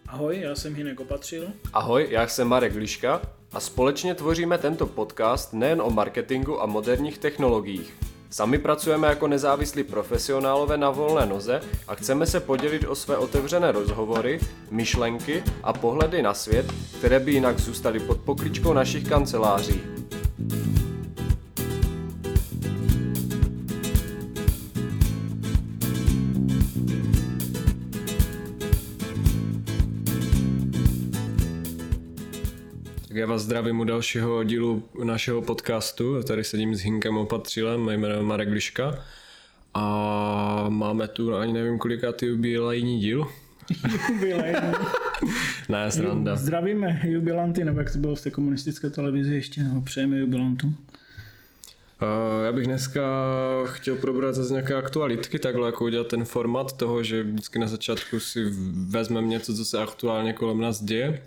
Ahoj, já jsem Hynek Opatřil. Ahoj, já jsem Marek Liška a společně tvoříme tento podcast nejen o marketingu a moderních technologiích. Sami pracujeme jako nezávislí profesionálové na volné noze a chceme se podělit o své otevřené rozhovory, myšlenky a pohledy na svět, které by jinak zůstaly pod pokličkou našich kanceláří. Tak já vás zdravím u dalšího dílu našeho podcastu. Tady sedím s Hynkem Opatřilem, mé jméno je Marek Liška. A máme tu ani nevím kolikátý jubilejní díl. Jubilejní. Ne, sranda. Zdravíme jubilanty, nebo jak to bylo v té komunistické televizi ještě, nebo přejeme jubilantům. Já bych dneska chtěl probrat zase nějaké aktualitky, takhle jako udělat ten formát toho, že vždycky na začátku si vezmeme něco, co se aktuálně kolem nás děje.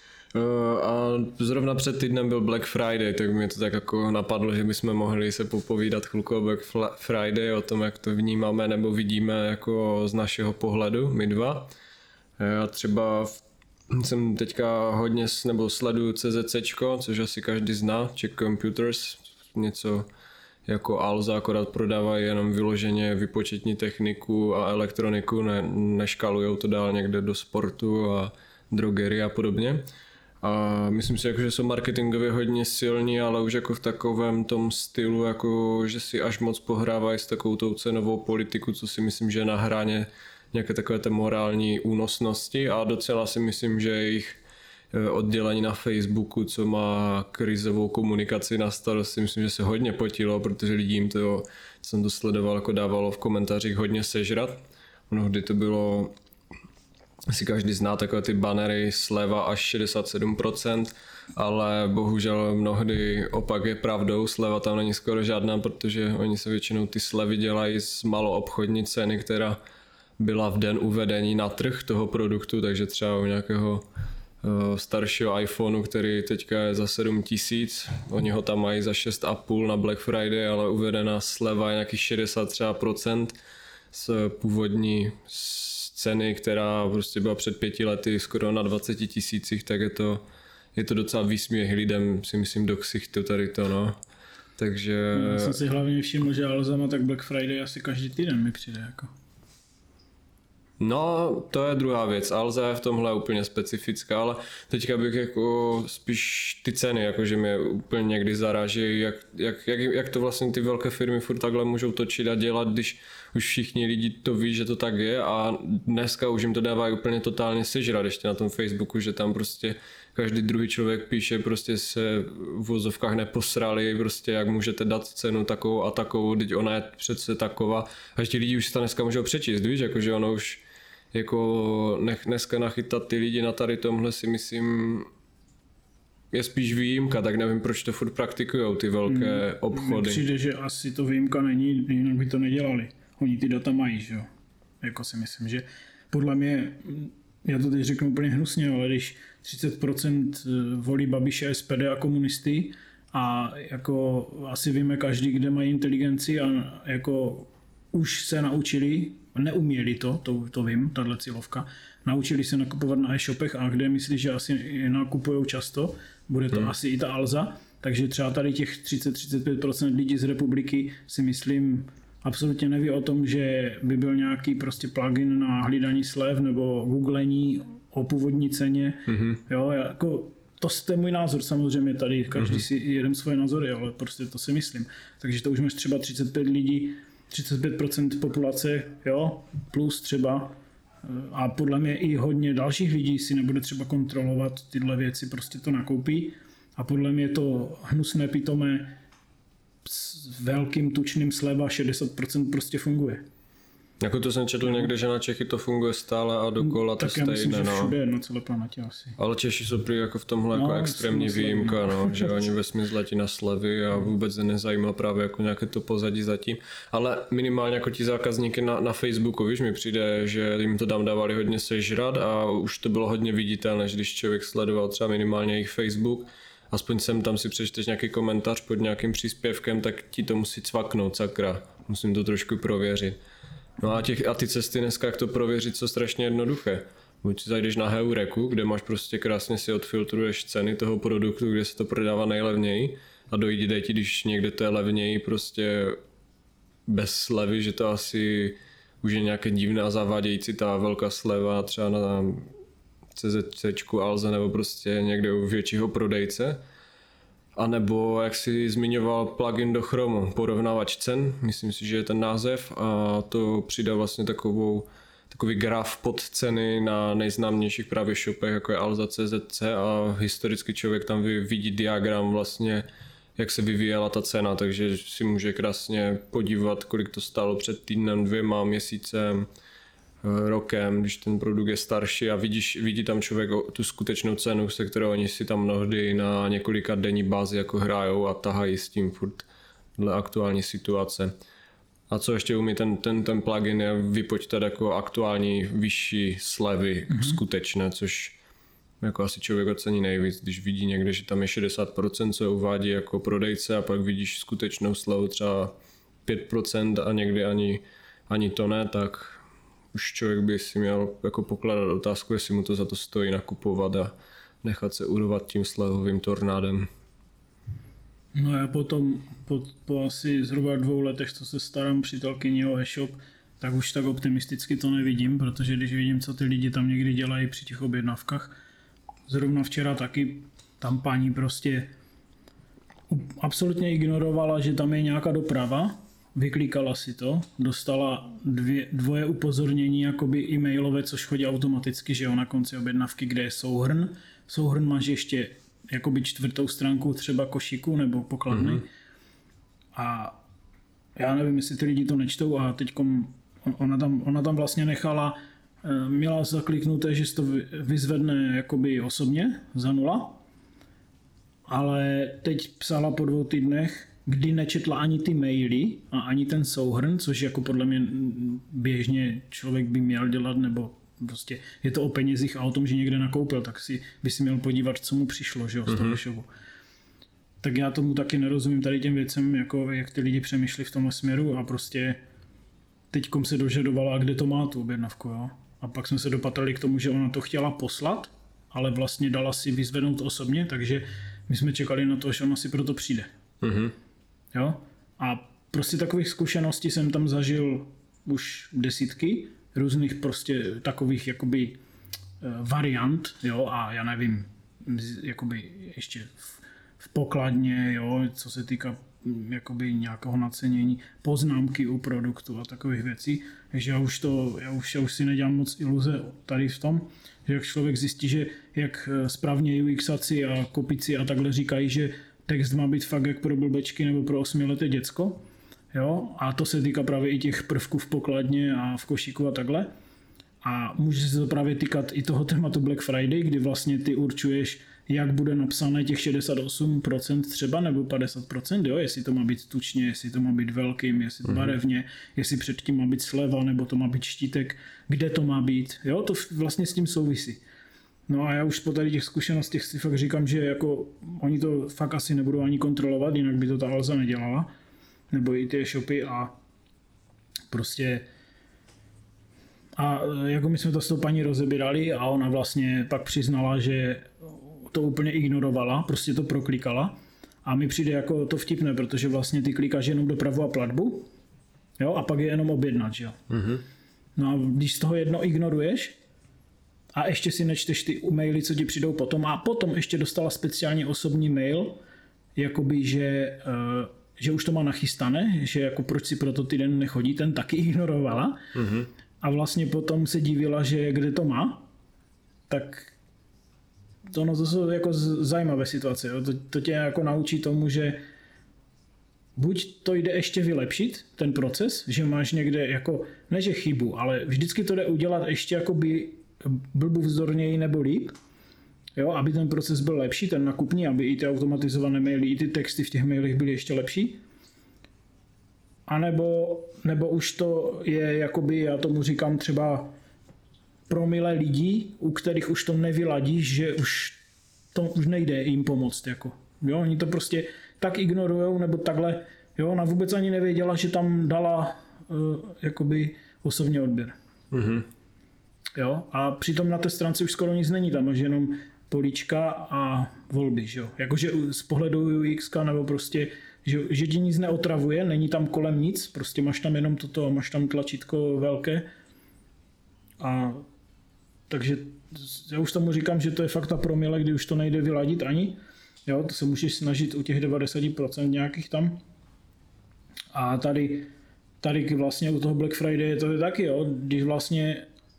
A zrovna před týdnem byl Black Friday, tak mě to tak jako napadlo, že bychom mohli se popovídat chvilku o Black Friday, o tom, jak to vnímáme nebo vidíme jako z našeho pohledu, my dva. Já třeba jsem teďka hodně nebo sleduju CZCčko, což asi každý zná, Czech Computers, něco jako Alza, akorát prodávají jenom vyloženě výpočetní techniku a elektroniku, neškalujou to dál někde do sportu a drogery a podobně. A myslím si, jako, že jsou marketingově hodně silní, ale už jako v takovém tom stylu, jako, že si až moc pohrávají s takovou tou cenovou politiku, co si myslím, že je na hraně nějaké takové té morální únosnosti, a docela si myslím, že jejich oddělení na Facebooku, co má krizovou komunikaci na starosti, myslím, že se hodně potilo, protože lidí jim to, co jsem to sledoval, jako dávalo v komentářích hodně sežrat. Mnohdy to bylo, asi každý zná takové ty bannery sleva až 67%, ale bohužel mnohdy opak je pravdou, sleva tam není skoro žádná, protože oni se většinou ty slevy dělají z maloobchodní ceny, která byla v den uvedení na trh toho produktu, takže třeba u nějakého staršího iPhoneu, který teďka je za 7 000, oni ho tam mají za 6,5 na Black Friday, ale uvedená sleva je nějakých 60% z původní ceny, která prostě byla před 5 lety skoro na 20 000, tak je to docela výsměch lidem, si myslím, do ksichtu tady to, no. Takže... Já jsem si hlavně všiml, že Alza má tak Black Friday asi každý týden mi přijde jako. No, to je druhá věc. Alza je v tomhle úplně specifická, ale teďka bych jako spíš ty ceny, jakože mě úplně někdy zaráží, jak to vlastně ty velké firmy furt takhle můžou točit a dělat, když už všichni lidi to ví, že to tak je, a dneska už jim to dávají úplně totálně sežrat ještě na tom Facebooku, že tam prostě každý druhý člověk píše, prostě se v vozovkách neposrali, prostě jak můžete dát cenu takovou a takovou, teď ona je přece taková, a ještě lidi už si to dneska můžou přečíst, víš, jakože ono už jako dneska nachytat ty lidi na tady tomhle si myslím je spíš výjimka, tak nevím, proč to furt praktikujou ty velké obchody. Přijde, že asi to výjimka není, jinak by to nedělali. Oni ty data mají, že jo. Jako si myslím, že podle mě, já to teď řeknu úplně hnusně, ale když 30% volí Babiše, SPD a komunisty, a jako asi víme každý, kde mají inteligenci, a jako už se naučili, neuměli to vím, tahle cílovka, naučili se nakupovat na e-shopech, a kde myslí, že asi nakupujou často, bude to asi i ta Alza, takže třeba tady těch 30-35% lidí z republiky si myslím absolutně neví o tom, že by byl nějaký prostě plugin na hlídání slev nebo googlení o původní ceně. Jo, jako to je můj názor, samozřejmě tady každý si jedem svoje názory, ale prostě to si myslím. Takže to už máš třeba 35% populace, jo, plus třeba, a podle mě i hodně dalších lidí si nebude třeba kontrolovat tyhle věci, prostě to nakoupí, a podle mě to hnusné pitomé s velkým tučným sleva 60% prostě funguje. Jako to jsem četl někde, že na Čechy to funguje stále a dokola to stejné. Tak já myslím, že všude je na celé planetě asi. Ale Češi jsou prý jako v tomhle jako extrémní výjimka, no, že oni vesměs letí na slevy a vůbec se nezajímá právě jako nějaké to pozadí zatím. Ale minimálně jako ti zákazníky na Facebooku, víš, mi přijde, že jim to tam dávali hodně sežrat a už to bylo hodně viditelné, že když člověk sledoval třeba minimálně jejich Facebook, aspoň sem tam si přečteš nějaký komentář pod nějakým příspěvkem, tak ti to musí cvaknout, sakra. Musím to trošku prověřit. No a ty cesty dneska, jak to prověřit, jsou strašně jednoduché. Buď zajdeš na Heureku, kde máš prostě krásně si odfiltruješ ceny toho produktu, kde se to prodává nejlevněji a dojde ti, když někde to je levněji prostě bez slevy, že to asi už je nějaké divné a zavádějící ta velká sleva třeba na CZCčku, Alze nebo prostě někde u většího prodejce. A nebo, jak jsi zmiňoval, plugin do Chromu, porovnávač cen, myslím si, že je ten název a to přidá vlastně takový graf pod ceny na nejznámějších právě shopech, jako je Alza, CZC a historicky člověk tam vidí diagram vlastně, jak se vyvíjela ta cena, takže si může krásně podívat, kolik to stálo před týdnem, 2 měsícem, rokem, když ten produkt je starší a vidí tam člověk tu skutečnou cenu, se kterou oni si tam mnohdy na několika denní bázi jako hrajou a tahají s tím furt dle aktuální situace. A co ještě umí ten plugin je vypočítat jako aktuální vyšší slevy skutečné, což jako asi člověk ocení nejvíc, když vidí někde, že tam je 60%, co uvádí jako prodejce a pak vidíš skutečnou slevu třeba 5% a někdy ani to ne, tak už člověk by si měl jako pokládat otázku, jestli mu to za to stojí nakupovat a nechat se urvat tím slevovým tornádem. No já potom po asi zhruba 2 letech, co se starám přítelkyni o e-shop, tak už tak optimisticky to nevidím, protože když vidím, co ty lidi tam někdy dělají při těch objednávkách, zrovna včera taky tam paní prostě absolutně ignorovala, že tam je nějaká doprava, vyklikala si to, dostala dvoje upozornění jakoby e-mailové, což chodí automaticky, že jo, na konci objednávky, kde je souhrn. Souhrn máš ještě jakoby 4. stránku třeba košíku nebo pokladny. A já nevím, jestli ty lidi to nečtou a teď ona tam vlastně nechala, měla zakliknuté, že se to vyzvedne jakoby osobně za 0, ale teď psala po 2 týdnech, kdy nečetla ani ty maily a ani ten souhrn, což jako podle mě běžně člověk by měl dělat, nebo prostě je to o penězích a o tom, že někde nakoupil, tak by si měl podívat, co mu přišlo, že jo, z toho shopu. Tak já tomu taky nerozumím tady těm věcem, jako jak ty lidi přemýšlí v tomhle směru a prostě teďkom se dožadovala, kde to má tu objednavku, jo. A pak jsme se dopatrali k tomu, že ona to chtěla poslat, ale vlastně dala si vyzvednout osobně, takže my jsme čekali na to, že ona si proto přijde. Jo? A prostě takových zkušeností jsem tam zažil už desítky různých prostě takových jakoby variant, jo, a já nevím, jakoby ještě v pokladně, jo, co se týká jakoby nějakého nacenění, poznámky u produktu a takových věcí, takže já už si nedělám moc iluze tady v tom, že jak člověk zjistí, že jak správně UXaci a kopici a takhle říkají, že text má být fakt jak pro blbečky nebo pro 8leté děcko, jo, a to se týká právě i těch prvků v pokladně a v košíku a takhle. A může se to právě týkat i toho tématu Black Friday, kdy vlastně ty určuješ, jak bude napsané těch 68% třeba nebo 50%, jo, jestli to má být tučně, jestli to má být velkým, jestli to barevně, jestli předtím má být sleva nebo to má být štítek, kde to má být, jo, to vlastně s tím souvisí. No a já už po tady těch zkušenostech si fakt říkám, že jako oni to fakt asi nebudou ani kontrolovat, jinak by to ta Alza nedělala, nebo i ty shopy a prostě a jako my jsme to s tou paní rozebírali a ona vlastně pak přiznala, že to úplně ignorovala, prostě to proklikala a mi přijde jako to vtipné, protože vlastně ty klikáš jenom dopravu a platbu, jo, a pak je jenom objednat, jo. No a když z toho jedno ignoruješ, a ještě si nečteš ty maily, co ti přijdou potom a potom ještě dostala speciálně osobní mail, jakoby, že už to má nachystané, že jako proč si proto týden nechodí, ten taky ignorovala a vlastně potom se divila, že kde to má, tak to jsou jako zajímavé situace, jo? To tě jako naučí tomu, že buď to jde ještě vylepšit, ten proces, že máš někde jako, ne že chybu, ale vždycky to jde udělat ještě jakoby blbůvzdorněji nebo líp, jo, aby ten proces byl lepší, ten nakupní, aby i ty automatizované maily, i ty texty v těch mailech byly ještě lepší. A nebo už to je, jakoby, já tomu říkám třeba promile lidí, u kterých už to nevyladíš, že už nejde jim pomoct. Jako. Jo, oni to prostě tak ignorujou, nebo takhle, jo, ona vůbec ani nevěděla, že tam dala jakoby osobní odběr. Jo? A přitom na té stránce už skoro nic není, tam máš jenom políčka a volby. Že jo? Jakože z pohledu UX nebo prostě, že ti nic neotravuje, není tam kolem nic, prostě máš tam jenom toto, máš tam tlačítko velké. A takže já už tomu říkám, že to je fakt ta promile, kdy už to nejde vyladit ani. Jo, to se můžeš snažit u těch 90% nějakých tam. A tady vlastně u toho Black Friday to je taky, jo, když vlastně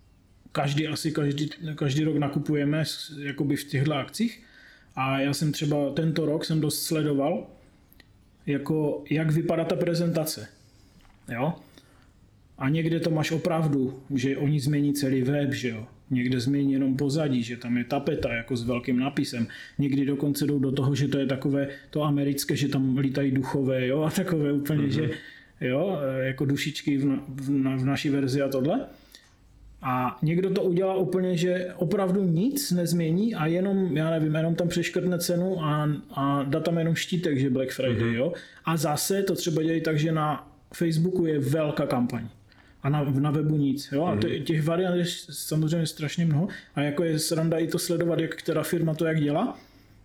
každý rok nakupujeme jakoby v těchto akcích. A já jsem třeba tento rok jsem dost sledoval, jako jak vypadá ta prezentace. Jo? A někde to máš opravdu, že oni změní celý web, že jo. Někde změní jenom pozadí, že tam je tapeta jako s velkým nápisem. Někdy dokonce jdou do toho, že to je takové to americké, že tam lítají duchové, jo, a takové úplně, že jo, jako dušičky v naší verzi a tohle. A někdo to udělá úplně, že opravdu nic nezmění a jenom, já nevím, jenom tam přeškrtne cenu a dá tam jenom štítek, že Black Friday, jo. A zase to třeba dělají tak, že na Facebooku je velká kampaň. A na webu nic. Jo? A těch variant je samozřejmě strašně mnoho. A jako je sranda i to sledovat, jak která firma to jak dělá.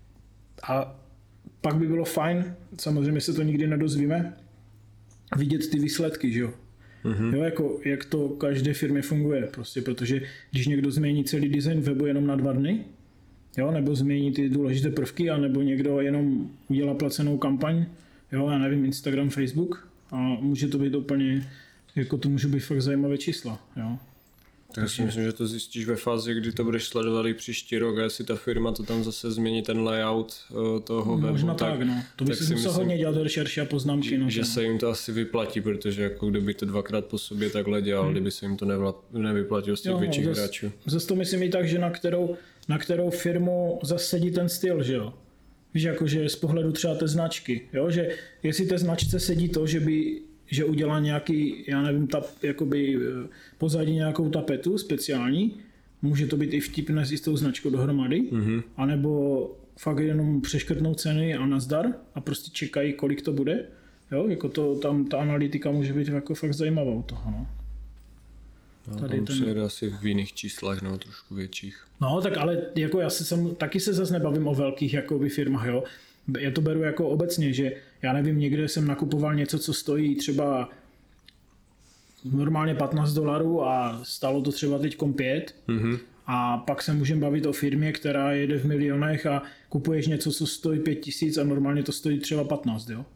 A pak by bylo fajn, samozřejmě se to nikdy nedozvíme, vidět ty výsledky, že jo. Jo, jako, jak to každé firmě funguje. Prostě, protože když někdo změní celý design webu jenom na 2 dny, jo, nebo změní ty důležité prvky, anebo někdo jenom udělá placenou kampaň, jo, já nevím, Instagram, Facebook, a může to být úplně jako to může být fakt zajímavé čísla, jo. Tak si myslím, že to zjistíš ve fázi, kdy to budeš sledovat i příští rok a jestli ta firma to tam zase změní ten layout toho webu. Možná tak, no. To by si musel hodně dělat rešerši a poznámky. Že se jim to asi vyplatí, protože jako kdyby to 2krát po sobě takhle dělal, kdyby se jim to nevyplatilo z těch větších hráčů. Zase to myslím i tak, že na kterou firmu zase sedí ten styl, že jo. Víš, jakože z pohledu třeba té značky, jo, že jestli té značce sedí to, že udělá nějaký, já nevím, jakoby pozadí nějakou tapetu speciální, může to být i vtipné s tou značkou dohromady, anebo fakt jenom přeškrtnou ceny a nazdar a prostě čekají, kolik to bude. Jo, jako to, tam ta analytika může být jako fakt zajímavá u toho, no. Tady tam se jde asi v jiných číslech, no, trošku větších. No, tak ale jako taky se zase nebavím o velkých jakoby firmách, jo. Já to beru jako obecně, že já nevím, někde jsem nakupoval něco, co stojí třeba normálně $15 a stálo to třeba teď 5 a pak se můžeme bavit o firmě, která jede v milionech a kupuješ něco, co stojí 5 000 a normálně to stojí třeba 15, jo.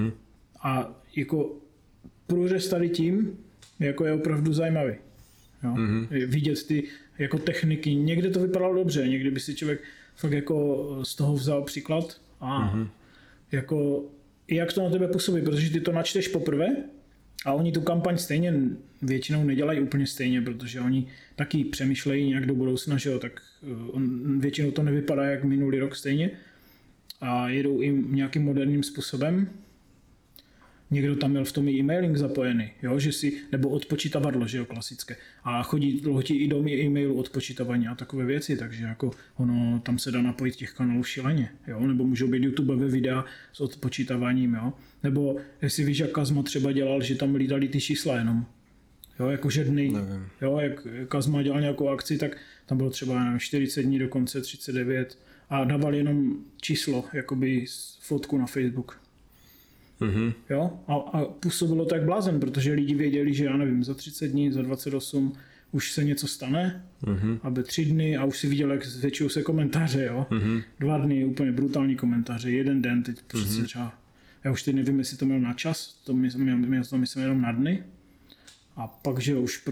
A jako průřez tady tím jako je opravdu zajímavý. Jo? Vidět ty jako techniky, někde to vypadalo dobře, někdy by si člověk fakt jako z toho vzal příklad a jako jak to na tebe působí, protože ty to načteš poprvé a oni tu kampaň stejně většinou nedělají úplně stejně, protože oni taky přemýšlejí nějak do budoucna, že jo, tak většinou to nevypadá jak minulý rok stejně a jedou i nějakým moderním způsobem. Někdo tam měl v tom i e-mailing zapojený, jo, že si, nebo odpočítavadlo, že jo, klasické. A chodí i do e-mailu odpočítavání a takové věci, takže jako ono tam se dá napojit těch kanálů šíleně, jo, nebo můžou být YouTubeové videa s odpočítáváním, jo. Nebo jestli víš, jak Kazma třeba dělal, že tam lídali ty čísla jenom. Jo, jakože dny. Nevím. Jo, jak Kazma dělal nějakou akci, tak tam bylo třeba nevím, 40 dní, dokonce 39 a dával jenom číslo, jakoby fotku na Facebook. Jo? A působilo tak blázen, protože lidi věděli, že já nevím, za 30 dní, za 28 už se něco stane, aby 3 dny a už si viděl, jak zvětšují se komentáře, jo? 2 dny, úplně brutální komentáře, 1 den, teď přece třeba, já už teď nevím, jestli to měl na čas, to myslím jenom na dny a pak, že už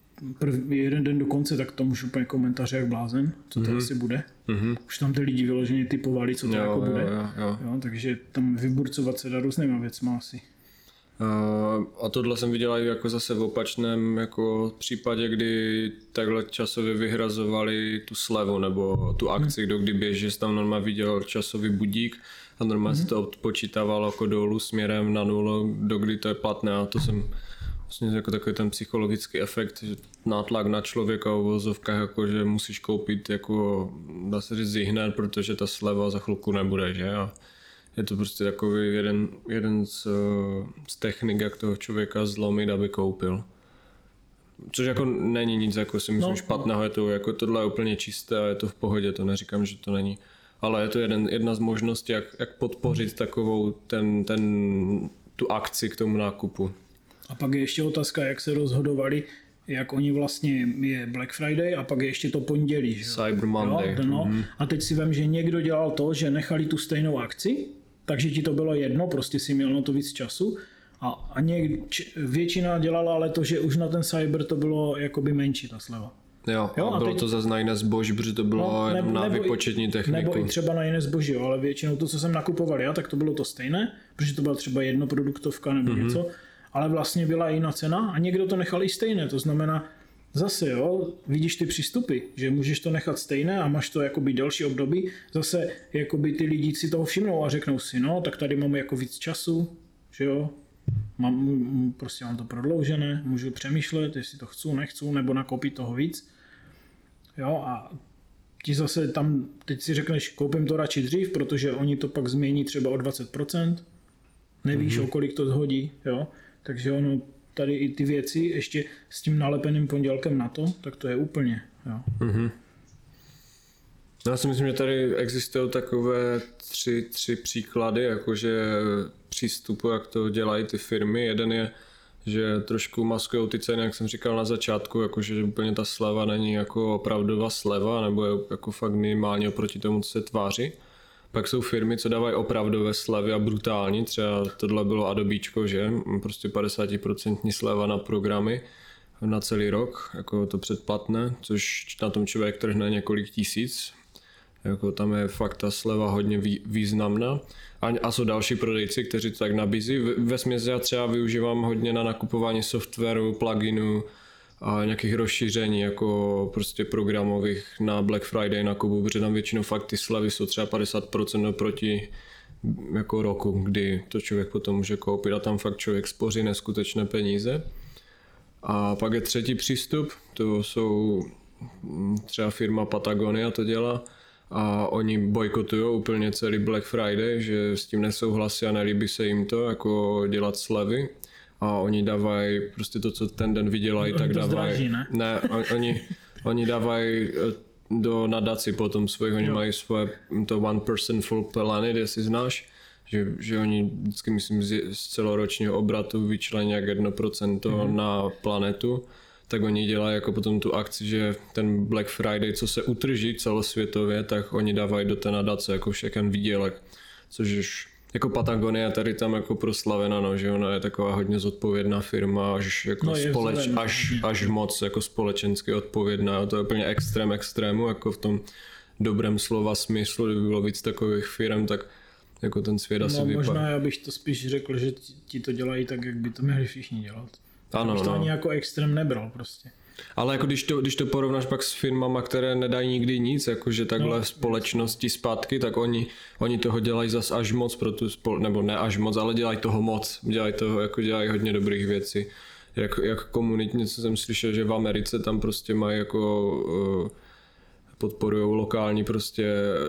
1 den do konce, tak tam už úplně komentáře jak blázen, co to asi bude. Už tam ty lidi vyloženě typovali, co to jako bude. Jo, takže tam vyburcovat se dá různýma věcma asi. A tohle jsem viděl i jako zase v opačném jako případě, kdy takhle časově vyhrazovali tu slevu nebo tu akci, kdo kdy běží, že tam normálně viděl časový budík a normálně se to odpočítávalo jako dolů směrem na nulu, do kdy to je platné a to jsem vlastně jako takový ten psychologický efekt, že nátlak na člověka v vozovkách, jako že musíš koupit jako, dá se říct, hned, protože ta sleva za chvilku nebude, že? A je to prostě takový jeden z technik, jak toho člověka zlomit, aby koupil. Což jako není nic, jako si myslím, špatného, je to, jako tohle je úplně čisté a je to v pohodě, to neříkám, že to není. Ale je to jedna z možností, jak podpořit takovou tu akci k tomu nákupu. A pak je ještě otázka, jak se rozhodovali, jak oni vlastně je Black Friday a pak je ještě to pondělí. Že? Cyber Monday. Jo, no. A teď si vem, že někdo dělal to, že nechali tu stejnou akci, takže ti to bylo jedno, prostě si měl na to víc času. A většina dělala ale to, že už na ten Cyber to bylo jakoby menší ta sleva. Jo, a bylo teď, to zase na jiné zboží, protože to bylo na výpočetní techniku. Nebo i třeba na jiné zboží, jo, ale většinou to, co jsem nakupoval já, tak to bylo to stejné, protože to byla třeba jednoproduktovka nebo něco, ale vlastně byla jiná cena a někdo to nechal i stejné, to znamená zase, jo, vidíš ty přístupy, že můžeš to nechat stejné a máš to jakoby delší období, zase jakoby ty lidi si toho všimnou a řeknou si, no, tak tady máme jako víc času, že jo, prostě mám to prodloužené, můžu přemýšlet, jestli to nechci, nebo nakoupit toho víc. Jo, a ti zase tam, teď si řekneš, koupím to radši dřív, protože oni to pak změní třeba o 20%, nevíš, o kolik to zhodí, jo, takže ono tady i ty věci, ještě s tím nalepeným pondělkem na to, tak to je úplně, jo. Já si myslím, že tady existují takové tři příklady, jakože přístupu, jak to dělají ty firmy. Jeden je, že trošku maskujou ty ceny, jak jsem říkal na začátku, jakože úplně ta sleva není jako opravdová sleva, nebo je jako fakt minimálně oproti tomu, co se tváří. Pak jsou firmy, co dávají opravdové slevy a brutální, třeba tohle bylo Adobíčko, že? Prostě 50% sleva na programy na celý rok, jako to předplatné, což na tom člověk trhne několik tisíc. Jako tam je fakt ta sleva hodně významná. A jsou další prodejci, kteří to tak nabízí. Vesměs já třeba využívám hodně na nakupování softwaru, pluginů a nějakých rozšíření jako prostě programových na Black Friday nakupu, protože tam většinou fakt ty slevy jsou třeba 50% oproti jako roku, kdy to člověk potom může koupit a tam fakt člověk spoří neskutečné peníze. A pak je třetí přístup, to jsou třeba firma Patagonia to dělá, a oni bojkotují úplně celý Black Friday, že s tím nesouhlasí a nelíbí se jim to, jako dělat slevy. A oni dávají prostě to, co ten den vydělají, tak dávají. Ne, oni dávají do nadací potom svojich, oni mají svoje to one person full planet, jestli znáš, že oni vždycky myslím z celoročního obratu vyčlení jak 1% na planetu. Tak oni dělají jako potom tu akci, že ten Black Friday, co se utrží celosvětově, tak oni dávají do té nadace jako všechen výdělek, což už jako Patagonia tady tam jako proslavena, no, že ona je taková hodně zodpovědná firma, až jako až moc jako společensky odpovědná, to je úplně extrému, jako v tom dobrém slova smyslu, kdyby bylo víc takových firm, tak jako ten svět asi vypadá. Možná já bych to spíš řekl, že ti to dělají tak, jak by to měli všichni dělat. Ano, to ani jako extrém nebral prostě. Ale jako když to porovnáš pak s firmama, které nedají nikdy nic, jakože takhle společnosti zpátky, tak oni toho dělají zas až moc pro tu nebo ne až moc, ale dělají toho moc. Dělají hodně dobrých věcí. Jak komunitně, co jsem slyšel, že v Americe tam prostě mají jako podporují lokální prostě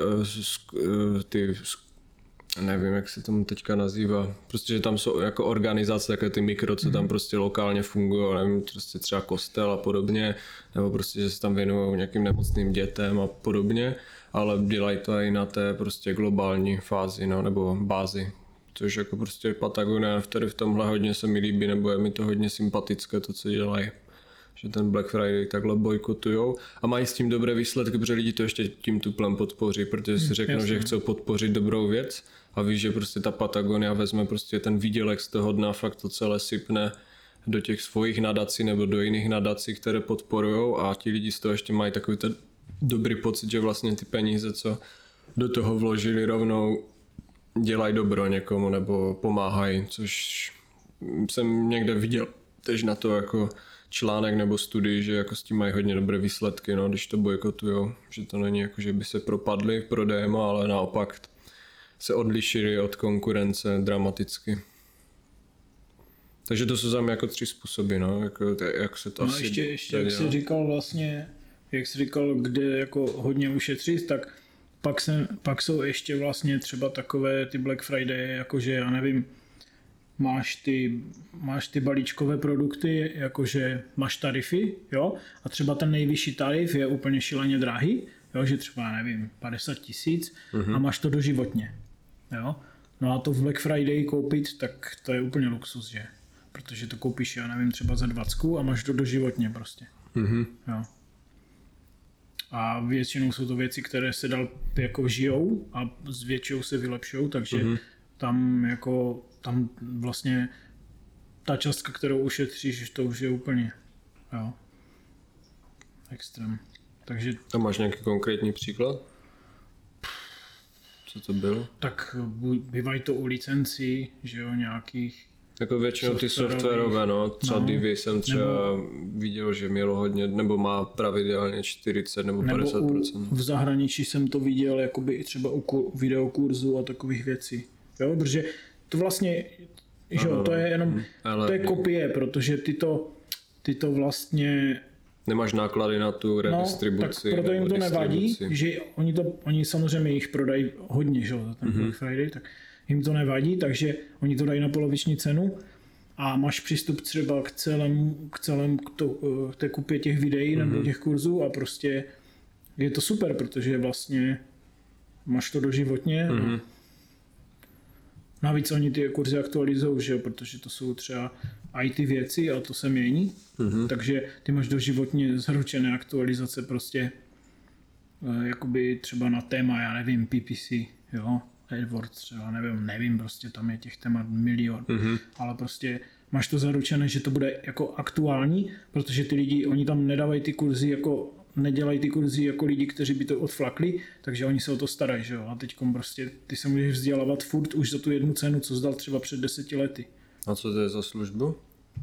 ty nevím, jak se tomu teďka nazývá, prostě, že tam jsou jako organizace, takové ty mikro, co tam prostě lokálně fungují, nevím, prostě třeba kostel a podobně, nebo prostě, že se tam věnují nějakým nemocným dětem a podobně, ale dělají to i na té prostě globální fázi, no, nebo bázi, což jako prostě Patagonia, v tomhle hodně se mi líbí, nebo je mi to hodně sympatické, to, co dělají. Že ten Black Friday takhle bojkotujou a mají s tím dobré výsledky, protože lidi to ještě tím tuplem podpoří, protože si řeknou, že chcou podpořit dobrou věc a víš, že prostě ta Patagonia vezme prostě ten výdělek z toho dna, fakt to celé sypne do těch svojich nadací nebo do jiných nadací, které podporujou a ti lidi z toho ještě mají takový ten dobrý pocit, že vlastně ty peníze, co do toho vložili rovnou, dělají dobro někomu nebo pomáhají, což jsem někde viděl tež na to jako článek nebo studii, že jako s tím mají hodně dobré výsledky, no, když to bojkotujou, že to není jako, že by se propadli prodejem, ale naopak se odlišili od konkurence dramaticky. Takže to jsou tam jako 3 způsoby, no, jako, jak se to no asi ještě jak jsi říkal vlastně, jak jsi říkal, kde jako hodně ušetřit, tak pak jsou ještě vlastně třeba takové ty Black Friday, jakože já nevím, máš ty balíčkové produkty, jakože máš tarify, jo, a třeba ten nejvyšší tarif je úplně šíleně drahý, jo, že třeba, nevím, 50 000 a máš to doživotně, jo. No a to v Black Friday koupit, tak to je úplně luxus, že? Protože to koupíš, já nevím, třeba za 20 a máš to doživotně prostě, jo. A většinou jsou to věci, které se dál jako žijou a s většinou se vylepšou, takže tam vlastně ta částka, kterou ušetříš, to už je úplně, jo, extrém. Takže... A máš nějaký konkrétní příklad? Co to bylo? Tak bývají to u licencí, že jo, nějakých... Jako většinou ty softwarové, no, třeba Divi jsem třeba viděl, že mělo hodně, nebo má pravidelně 40 nebo 50%. V zahraničí jsem to viděl jakoby i třeba u videokurzu a takových věcí, jo, protože to vlastně, že jo, to je jenom, to je kopie, protože ty to vlastně... Nemáš náklady na tu redistribuci. Tak proto jim to nevadí, že oni samozřejmě jich prodají hodně, že jo, za ten Black Friday, tak jim to nevadí, takže oni to dají na poloviční cenu a máš přístup třeba k té kupě těch videí nebo těch kurzů a prostě je to super, protože vlastně máš to doživotně. Navíc oni ty kurzy aktualizují, že jo, protože to jsou třeba IT věci a to se mění, takže ty máš doživotně zaručené aktualizace prostě jakoby třeba na téma, já nevím, PPC, jo, AdWords třeba, nevím, prostě tam je těch témat milion, ale prostě máš to zaručené, že to bude jako aktuální, protože ty lidi, oni tam nedávají ty kurzy jako, nedělají ty kurzy jako lidi, kteří by to odflakli, takže oni se o to starají, že jo, a teďkom prostě ty se můžeš vzdělávat furt už za tu jednu cenu, co zdal třeba před 10 lety. A co to je za službu?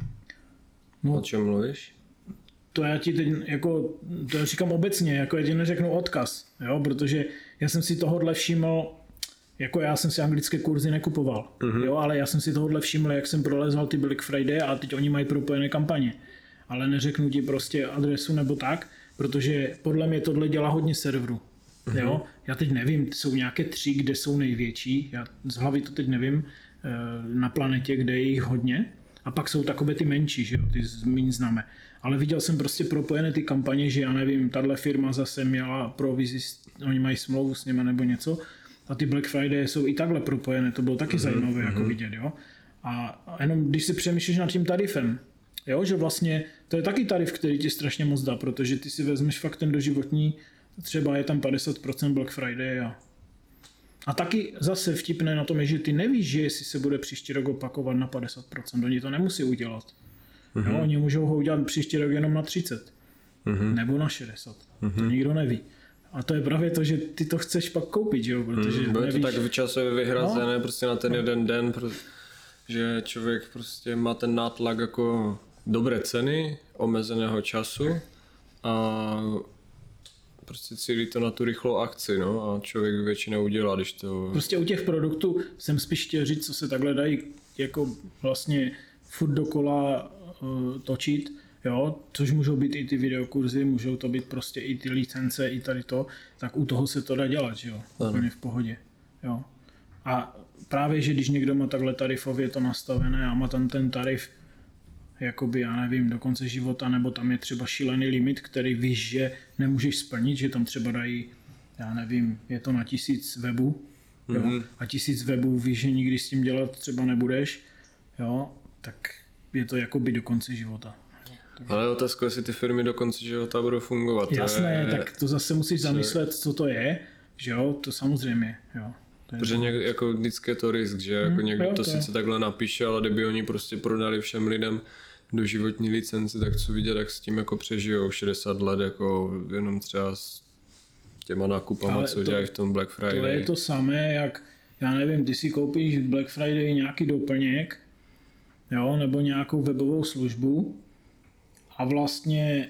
No, o čem mluvíš? To já ti teď, jako, to já říkám obecně, jako já ti neřeknu odkaz, jo, protože já jsem si tohodle všiml, jako já jsem si anglické kurzy nekupoval, jo, ale já jsem si tohodle všiml, jak jsem prolezal ty Black Friday a teď oni mají propojené kampaně, ale neřeknu ti prostě adresu nebo tak, protože podle mě tohle dělá hodně serverů, jo, já teď nevím, jsou nějaké 3, kde jsou největší, já z hlavy to teď nevím, na planetě, kde je jich hodně, a pak jsou takové ty menší, že jo, ty méně známe. Ale viděl jsem prostě propojené ty kampaně, že já nevím, tahle firma zase měla provizi, oni mají smlouvu s nimi nebo něco a ty Black Friday jsou i takhle propojené, to bylo taky zajímavé jako vidět, jo. A jenom když si přemýšlíš nad tím tarifem, jo, že vlastně to je taky tarif, který ti strašně moc dá, protože ty si vezmeš fakt ten doživotní, třeba je tam 50% Black Friday a taky zase vtipné na tom je, že ty nevíš, že jestli se bude příští rok opakovat na 50%, oni to nemusí udělat. Jo, oni můžou ho udělat příští rok jenom na 30 nebo na 60, to nikdo neví. A to je právě to, že ty to chceš pak koupit, jo, protože bude to tak v časově vyhrazené prostě na ten jeden den, že člověk prostě má ten nátlak jako dobré ceny, omezeného času a prostě cílí to na tu rychlou akci, no, a člověk většinou udělá, když to... Prostě u těch produktů jsem spíš chtěl říct, co se takhle dají jako vlastně furt dokola točit, jo, což můžou být i ty videokurzy, můžou to být prostě i ty licence, i tady to, tak u toho se to dá dělat, že jo, úplně v pohodě, jo. A právě, že když někdo má takhle tarifově to nastavené a má tam ten tarif jakoby, já nevím, do konce života, nebo tam je třeba šílený limit, který víš, že nemůžeš splnit, že tam třeba dají, já nevím, je to na 1000 webů, jo, a 1000 webů víš, že nikdy s tím dělat třeba nebudeš, jo, tak je to jakoby do konce života. Ale otázka, jestli ty firmy do konce života budou fungovat. Jasné, tak to zase musíš zamyslet, co to je, že jo, to samozřejmě, jo. Protože jako vždycky je to risk, že jako někdo to sice takhle napíše, ale kdyby oni prostě prodali všem lidem doživotní licenci, tak co vidět, jak s tím jako přežijou 60 let, jako jenom třeba s těma nákupama, ale co dělají v tom Black Friday. To je to samé, jak, já nevím, ty si koupíš v Black Friday nějaký doplněk, jo, nebo nějakou webovou službu a vlastně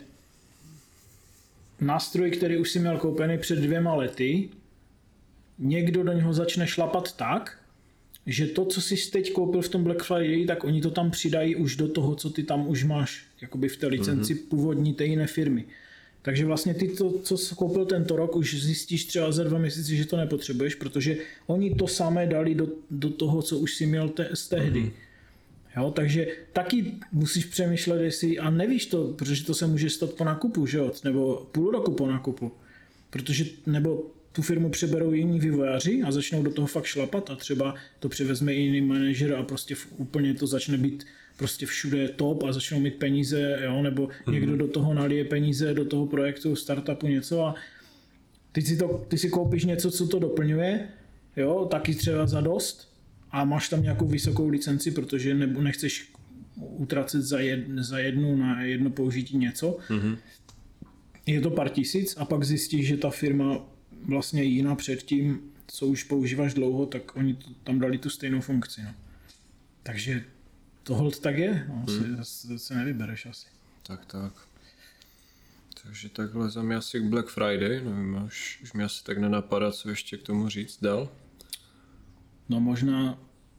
nástroj, který už si měl koupený před 2 lety, někdo do něho začne šlapat tak, že to, co jsi teď koupil v tom Black Friday, tak oni to tam přidají už do toho, co ty tam už máš, jakoby v té licenci původní té jiné firmy. Takže vlastně ty to, co jsi koupil tento rok, už zjistíš třeba za 2 měsíce, že to nepotřebuješ, protože oni to samé dali do toho, co už si měl z tehdy. Jo, takže taky musíš přemýšlet, jestli, a nevíš to, protože to se může stát po nákupu, že jo, nebo půl roku po nákupu, protože, nebo tu firmu přeberou jiní vývojáři a začnou do toho fakt šlapat a třeba to převezme i jiný manažer a prostě úplně to začne být prostě všude top a začnou mít peníze, jo, nebo někdo do toho nalije peníze, do toho projektu, startupu něco a ty si koupíš něco, co to doplňuje, jo, taky třeba za dost a máš tam nějakou vysokou licenci, protože nechceš utracet za jednu na jedno použití něco. Je to pár tisíc a pak zjistíš, že ta firma vlastně jiná předtím, co už používáš dlouho, tak oni tam dali tu stejnou funkci. No. Takže tohle tak je, no, se nevybereš asi. Tak. Takže takhle za mě asi k Black Friday, nevím, už mi asi tak nenapadá, co ještě k tomu říct dál. No možná,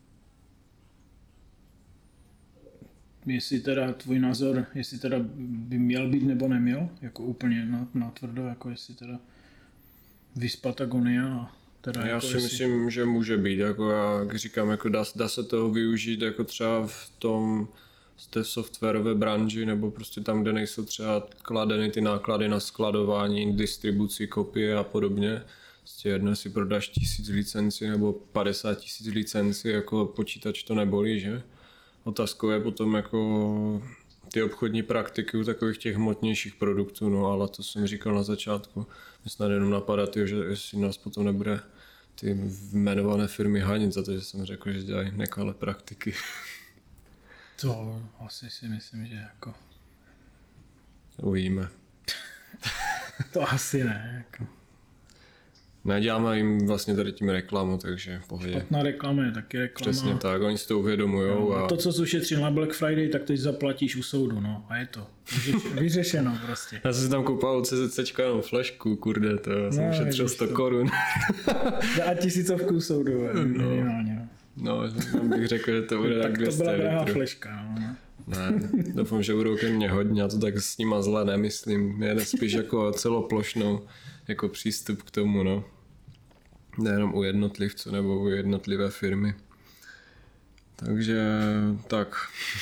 jestli teda tvůj názor, jestli teda by měl být nebo neměl, jako úplně natvrdo, jako jestli teda Vis Patagonia a teda Já jako si myslím, že může být, jako já jak říkám, jako dá se toho využít jako třeba z té softwarové branži, nebo prostě tam, kde nejsou třeba kladeny ty náklady na skladování, distribuci, kopie a podobně. Prostě jedno si prodáš 1000 licenci nebo 50 000 licenci, jako počítač to nebolí, že? Otázkou je potom jako ty obchodní praktiky u takových těch hmotnějších produktů, no ale to jsem říkal na začátku. Mě snad jenom napadá, že jestli nás potom nebude ty jmenované firmy hanit za to, že jsem řekl, že dělají nekalé praktiky. To asi si myslím, že jako... Uvidíme. To asi ne, jako... Neděláme jim vlastně tady tím reklamu, takže pohodě. Špatná reklama je taky reklama. Přesně tak, oni si to uvědomujou. No, a to, co jsi ušetřil na Black Friday, tak teď zaplatíš u soudu, no. A je to vyřešeno prostě. Já jsem si tam koupal CZCčko jenom flašku, kurde, to jsem ušetřil 100 korun. A 1000 u soudu, minimálně. No, tam bych řekl, že to bude tak 200 to byla drahá litrů. fleška, no. Ne, doufám, že budou ke mně hodně, já to tak s nima zle nemyslím. Je spíš jako celoplošnou jako přístup k tomu, no. Nejenom u jednotlivců nebo u jednotlivé firmy. Takže tak.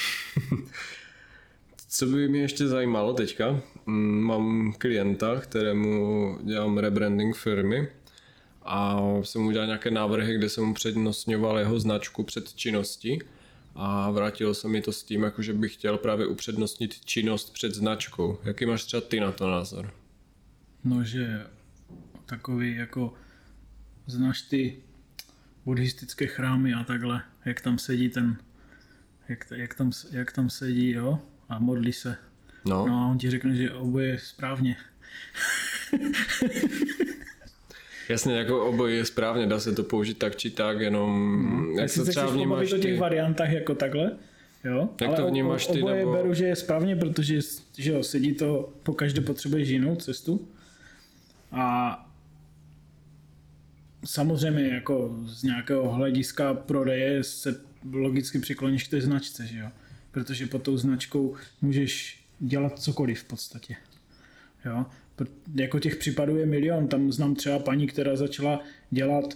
Co by mě ještě zajímalo teďka, mám klienta, kterému dělám rebranding firmy a jsem mu dělal nějaké návrhy, kde jsem mu přednostňoval jeho značku před činností a vrátilo se mi to s tím, jako že bych chtěl právě upřednostnit činnost před značkou. Jaký máš třeba ty na to názor? No, že takový jako znáš ty buddhistické chrámy a takhle, jak tam sedí ten, jak tam sedí, jo, a modlí se. No a on ti řekne, že oboje je správně. Jasně, jako obojí je správně, dá se to použít tak či tak, jenom jak se třeba vnímáš ty. O těch variantách jako takhle, jo, jak ale to vnímáš ty, oboje nebo... beru, že je správně, protože že jo, sedí to, po každé potřebuješ jinou cestu a samozřejmě jako z nějakého hlediska prodeje se logicky přikloníš k té značce, že jo? Protože pod tou značkou můžeš dělat cokoliv v podstatě. Jo? Jako těch případů je milion, tam znám třeba paní, která začala dělat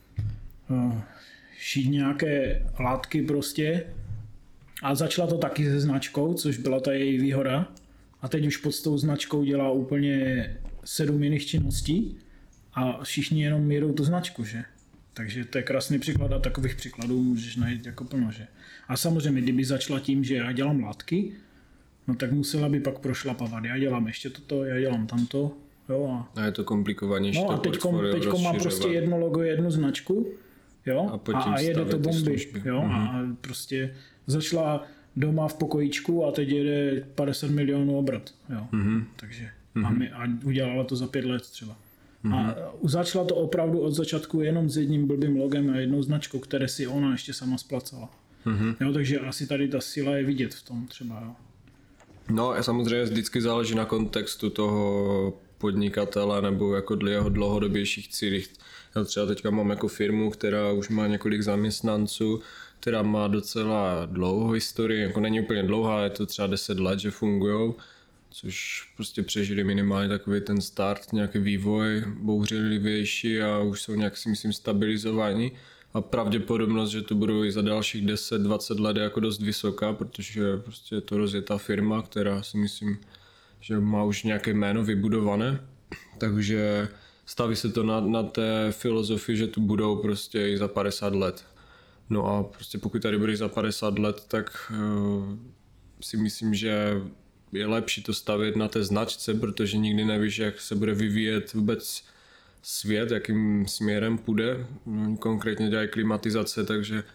šít nějaké látky prostě a začala to taky se značkou, což byla ta její výhoda a teď už pod tou značkou dělá úplně 7 jiných činností a všichni jenom jedou tu značku, že? Takže to je krásný příklad a takových příkladů můžeš najít jako plno, že? A samozřejmě, kdyby začala tím, že já dělám látky, no tak musela by pak prošlapovat. Já dělám ještě toto, já dělám tamto, jo. A je to komplikovanější. No a teďko má prostě jedno logo, jednu značku, jo, a jede to bomby, jo, a prostě začala doma v pokojíčku a teď jede 50 milionů obrat, jo, takže a udělala to za 5 let třeba. A začala to opravdu od začátku jenom s jedním blbým logem a jednou značkou, které si ona ještě sama splacala. Jo, takže asi tady ta síla je vidět v tom třeba, jo. No a samozřejmě vždycky záleží na kontextu toho podnikatele nebo jako jeho dlouhodobějších cílích. Já třeba teďka mám jako firmu, která už má několik zaměstnanců, která má docela dlouhou historii, jako není úplně dlouhá, je to třeba 10 let, že fungujou, což prostě přežili minimálně takový ten start, nějaký vývoj bouřlivější a už jsou nějak si myslím stabilizovaní. a pravděpodobnost, že to budou i za dalších 10-20 let jako dost vysoká, protože prostě je to rozjetá firma, která si myslím, že má už nějaké jméno vybudované, takže staví se to na té filozofii, že tu budou prostě i za 50 let. No a prostě pokud tady budeš za 50 let, tak si myslím, že je lepší to stavět na té značce, protože nikdy nevíš, jak se bude vyvíjet vůbec svět, jakým směrem půjde. Konkrétně dělají klimatizace, takže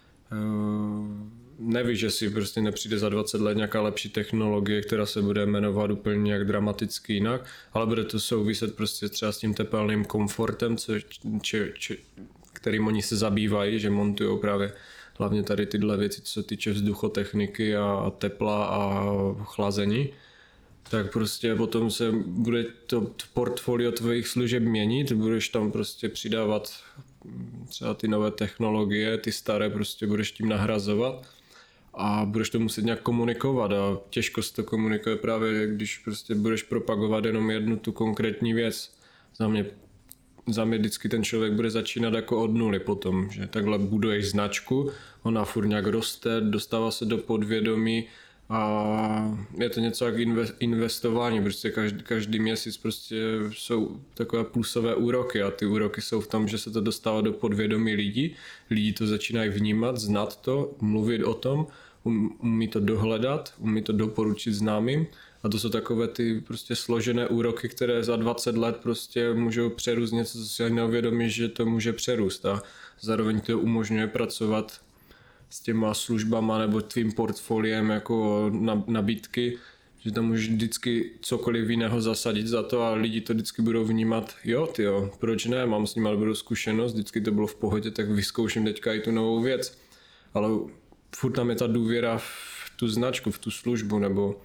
nevíš, že si prostě nepřijde za 20 let nějaká lepší technologie, která se bude jmenovat úplně nějak dramaticky jinak, ale bude to souviset prostě třeba s tím tepelným komfortem, kterým oni se zabývají, že montují právě hlavně tady tyhle věci, co se týče vzduchotechniky a tepla a chlazení, tak prostě potom se bude to portfolio tvojich služeb měnit, budeš tam prostě přidávat třeba ty nové technologie, ty staré prostě budeš tím nahrazovat a budeš to muset nějak komunikovat a těžko se to komunikuje právě, když prostě budeš propagovat jenom jednu tu konkrétní věc. Za mě vždycky ten člověk bude začínat jako od nuly potom, že takhle buduješ značku, ona furt nějak roste, dostává se do podvědomí a je to něco jak investování, prostě každý měsíc prostě jsou takové plusové úroky a ty úroky jsou v tom, že se to dostává do podvědomí lidí, lidi to začínají vnímat, znát to, mluvit o tom, umí to dohledat, umí to doporučit známým. A to jsou takové ty prostě složené úroky, které za 20 let prostě můžou přerůst něco, co si ani neuvědomíš, že to může přerůst. A zároveň to umožňuje pracovat s těma službama nebo tvým portfoliem jako nabídky, že tam můžeš vždycky cokoliv jiného zasadit za to a lidi to vždycky budou vnímat, jo, proč ne, mám s nimi dobrou zkušenost, vždycky to bylo v pohodě, tak vyzkouším teďka i tu novou věc. Ale furt tam je ta důvěra v tu značku, v tu službu, nebo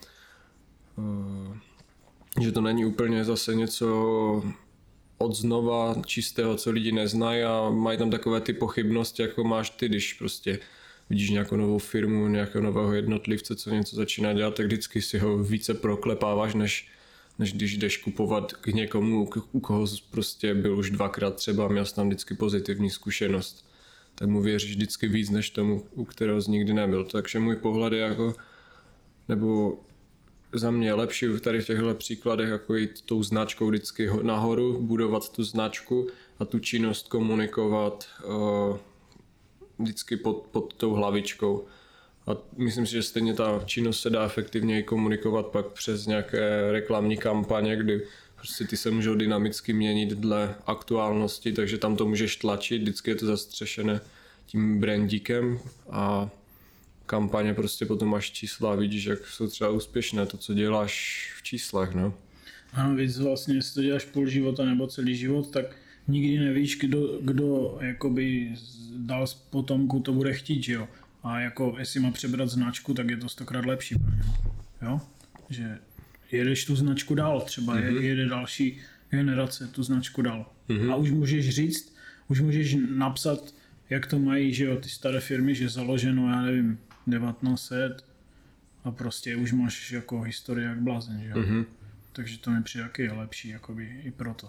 že to není úplně zase něco od znova čistého, co lidi neznají a mají tam takové ty pochybnosti, jako máš ty, když prostě vidíš nějakou novou firmu, nějakého nového jednotlivce, co něco začíná dělat, tak vždycky si ho více proklepáváš, než když jdeš kupovat k někomu, u koho prostě byl už dvakrát třeba a měl jsi tam vždycky pozitivní zkušenost. Tak mu věříš vždycky víc, než tomu, u kterého jsi nikdy nebyl. Takže můj pohled je jako, nebo za mě je lepší tady v těchto příkladech jako jít tou značkou vždycky nahoru, budovat tu značku a tu činnost komunikovat vždycky pod tou hlavičkou. A myslím si, že stejně ta činnost se dá efektivněji komunikovat pak přes nějaké reklamní kampaně, kdy prostě ty se můžou dynamicky měnit dle aktuálnosti, takže tam to můžeš tlačit, vždycky je to zastřešené tím brandíkem a kampaně prostě potom máš čísla a vidíš, jak jsou třeba úspěšné, to, co děláš v číslech, no. A víc vlastně, jestli to děláš půl života nebo celý život, tak nikdy nevíš, kdo jakoby dál z potomku to bude chtít, jo. A jako jestli má přebrat značku, tak je to 100krát lepší pro něj, jo. Že jedeš tu značku dál, třeba jede další generace tu značku dál. A už můžeš říct, už můžeš napsat, jak to mají, že jo, ty staré firmy, že založeno, já nevím, 1900 a prostě už máš jako historii jak blázen, že jo. Takže to mi přijde taky lepší, jakoby i proto.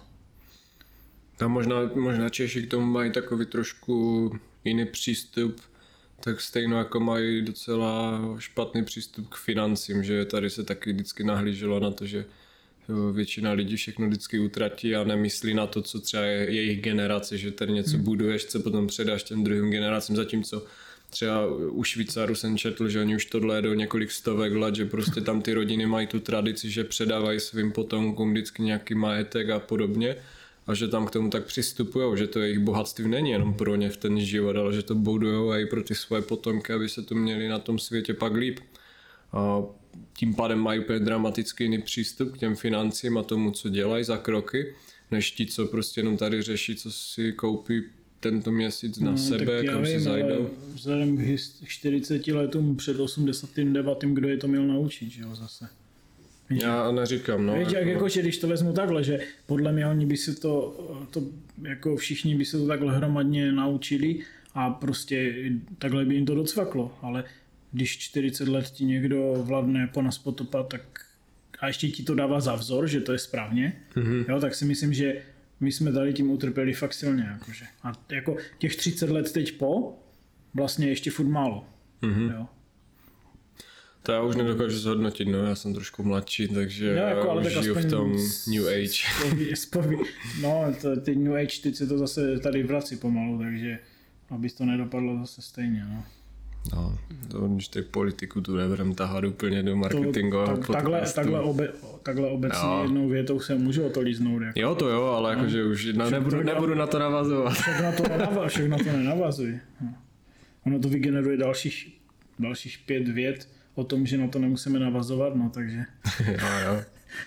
Tam možná Češi k tomu mají takový trošku jiný přístup, tak stejno jako mají docela špatný přístup k financím, že tady se taky vždycky nahlíželo na to, že většina lidí všechno vždycky utratí a nemyslí na to, co třeba je jejich generace, že tady něco buduješ, co potom předáš těm druhým generacím, zatímco třeba u Švýcarů jsem četl, že oni už tohle jedou několik stovek let, že prostě tam ty rodiny mají tu tradici, že předávají svým potomkům vždycky nějaký majetek a podobně a že tam k tomu tak přistupujou, že to jejich bohatství není jenom pro ně v ten život, ale že to budujou i pro ty svoje potomky, aby se to měli na tom světě pak líp. A tím pádem mají úplně dramaticky jiný přístup k těm financím a tomu, co dělají za kroky, než ti, co prostě jenom tady řeší, co si koupí tento měsíc na sebe, kam si zajdou. Vzhledem k 40 letům před 89. kdo je to měl naučit, že jo, zase. Já neříkám, no. Víš, jako, že když to vezmu takhle, že podle mě oni by si to jako všichni by se to takhle hromadně naučili a prostě takhle by jim to docvaklo, ale když 40 let ti někdo vládne po nás potopa, tak a ještě ti to dává za vzor, že to je správně, jo, tak si myslím, že my jsme tady tím utrpěli fakt silně. Jakože. A jako těch 30 let teď po, vlastně ještě furt málo. Jo. To já už nedokážu zhodnotit, no, já jsem trošku mladší, takže jako, ale už žiju v tom New Age. No, ty New Age, teď se to zase tady vrací pomalu, takže aby to nedopadlo zase stejně, no. No, to když ty politiku tu neberem tahat úplně do marketingového podcastu. Takhle obecně jednou větou se můžu o to líznout. Jako. Jo, to jo, ale jakože už nebudu na to navazovat. Však na to nenavazuj. No. Ono to vygeneruje dalších 5 vět o tom, že na to nemusíme navazovat, no takže. jo.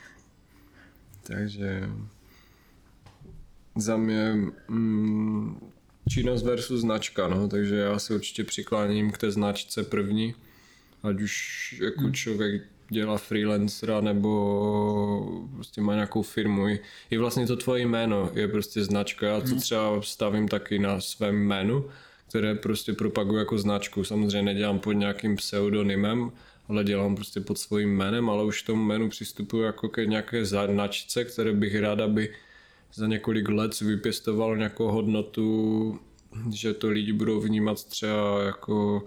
Takže za mě činnost versus značka, no, takže já se určitě přikláním k té značce první, ať už jako člověk dělá freelancera nebo prostě má nějakou firmu. I vlastně to tvoje jméno je prostě značka, já to třeba stavím taky na svém jménu, které prostě propaguji jako značku. Samozřejmě nedělám pod nějakým pseudonymem, ale dělám prostě pod svým jménem, ale už k tomu jménu přistupuji jako ke nějaké značce, které bych rád, aby za několik let vypěstoval nějakou hodnotu, že to lidi budou vnímat třeba jako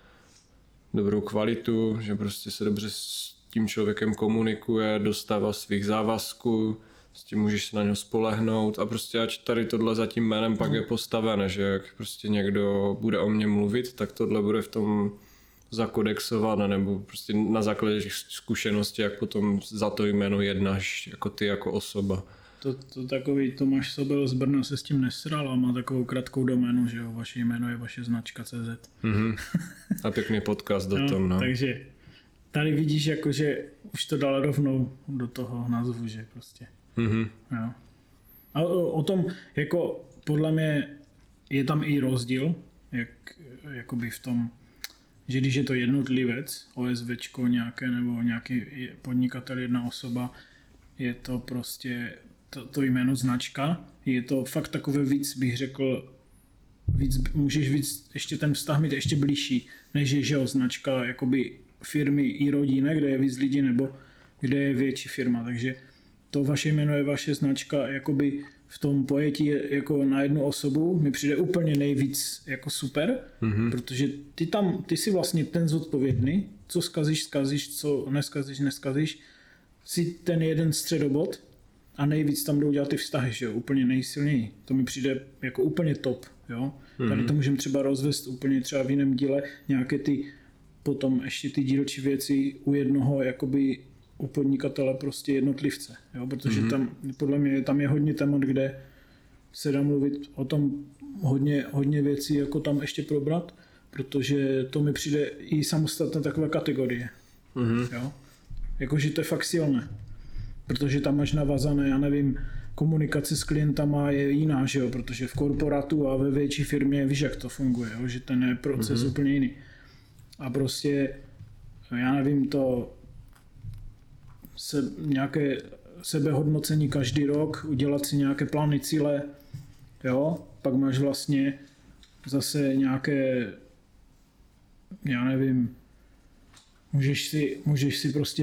dobrou kvalitu, že prostě se dobře s tím člověkem komunikuje, dostává svých závazků, s tím můžeš se na něho spolehnout a prostě ať tady tohle za tím jménem pak je postavené, že jak prostě někdo bude o mě mluvit, tak tohle bude v tom zakodexované nebo prostě na základě těch zkušeností, jak potom za to jméno jednáš jako ty jako osoba. To takový Tomáš Sobel z Brna se s tím nesral a má takovou krátkou doménu, že jo, vaše jméno je vaše značka.cz. A pěkný podcast do tom, no. Takže tady vidíš, jakože už to dal rovnou do toho názvu, že prostě. Jo. A o tom, jako podle mě je tam i rozdíl, jakoby v tom, že když je to jednotlivec, OSVčko nějaké nebo nějaký podnikatel, jedna osoba, je to prostě to jméno značka, je to fakt takové víc, bych řekl, můžeš víc ještě ten vztah mít ještě blížší, než je, že jo, značka jakoby firmy i rodiny, kde je víc lidí nebo kde je větší firma, takže to vaše jméno je vaše značka, jakoby v tom pojetí jako na jednu osobu mi přijde úplně nejvíc jako super, protože ty jsi vlastně ten zodpovědný, co zkazíš, co neskazíš, si ten jeden středobod a nejvíc tam jdou dělat ty vztahy, že jo, úplně nejsilněji. To mi přijde jako úplně top, jo. Tady to můžeme třeba rozvést úplně třeba v jiném díle, nějaké ty, potom ještě ty dílčí věci u jednoho, jakoby u podnikatele prostě jednotlivce, jo, protože tam, podle mě, tam je hodně témat, kde se dá mluvit o tom hodně věcí, jako tam ještě probrat, protože to mi přijde i samostatné takové kategorie, jo. Jakože to je fakt silné, protože tam máš navazané, já nevím, komunikace s klientama je jiná, že jo, protože v korporátu a ve větší firmě víš, jak to funguje, jo, že ten je proces úplně jiný. A prostě, já nevím, to nějaké sebehodnocení každý rok, udělat si nějaké plány, cíle, jo, pak máš vlastně zase nějaké, já nevím, můžeš si prostě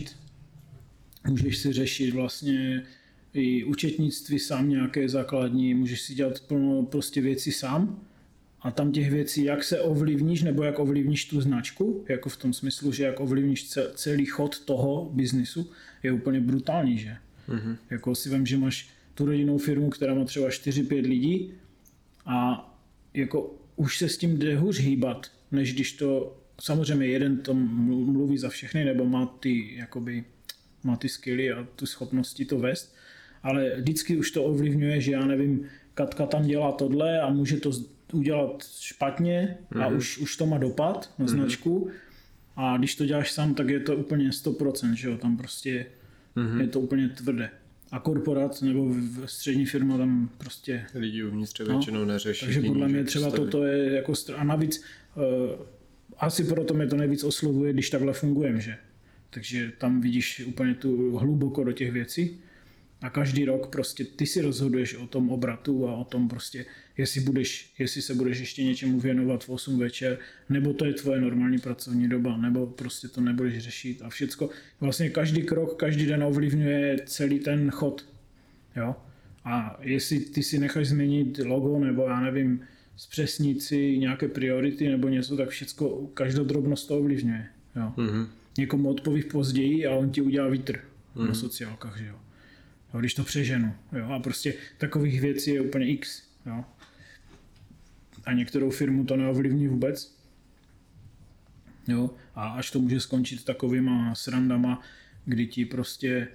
řešit vlastně i účetnictví sám nějaké základní, můžeš si dělat plno prostě věcí sám a tam těch věcí, jak se ovlivníš nebo jak ovlivníš tu značku, jako v tom smyslu, že jak ovlivníš celý chod toho biznisu, je úplně brutální, že? Jako si vem, že máš tu rodinnou firmu, která má třeba 4-5 lidí a jako už se s tím jde hůř hýbat, než když to samozřejmě jeden to mluví za všechny, nebo má ty skilly a tu schopnosti to vést, ale vždycky už to ovlivňuje, že já nevím, Katka tam dělá tohle a může to udělat špatně a už to má dopad na značku a když to děláš sám, tak je to úplně 100%, že jo, tam prostě je to úplně tvrdé. A korporát nebo střední firma tam prostě... Lidi uvnitř většinou neřeší. Takže podle mě třeba toto je jako... A navíc asi proto mě to nejvíc oslovuje, když takhle fungujeme, že? Takže tam vidíš úplně tu hluboko do těch věcí a každý rok prostě ty si rozhoduješ o tom obratu a o tom prostě, jestli se budeš ještě něčemu věnovat v 8 večer, nebo to je tvoje normální pracovní doba, nebo prostě to nebudeš řešit a všecko. Vlastně každý krok, každý den ovlivňuje celý ten chod, jo? A jestli ty si necháš změnit logo, nebo já nevím, zpřesnit si nějaké priority nebo něco, tak všecko, každou drobnost to ovlivňuje. Jo. Někomu odpovíš později a on ti udělá vítr na sociálkách, že jo. Jo, když to přeženu. Jo. A prostě takových věcí je úplně x. Jo. A některou firmu to neovlivní vůbec. Jo. A až to může skončit takovýma srandama, kdy ti prostě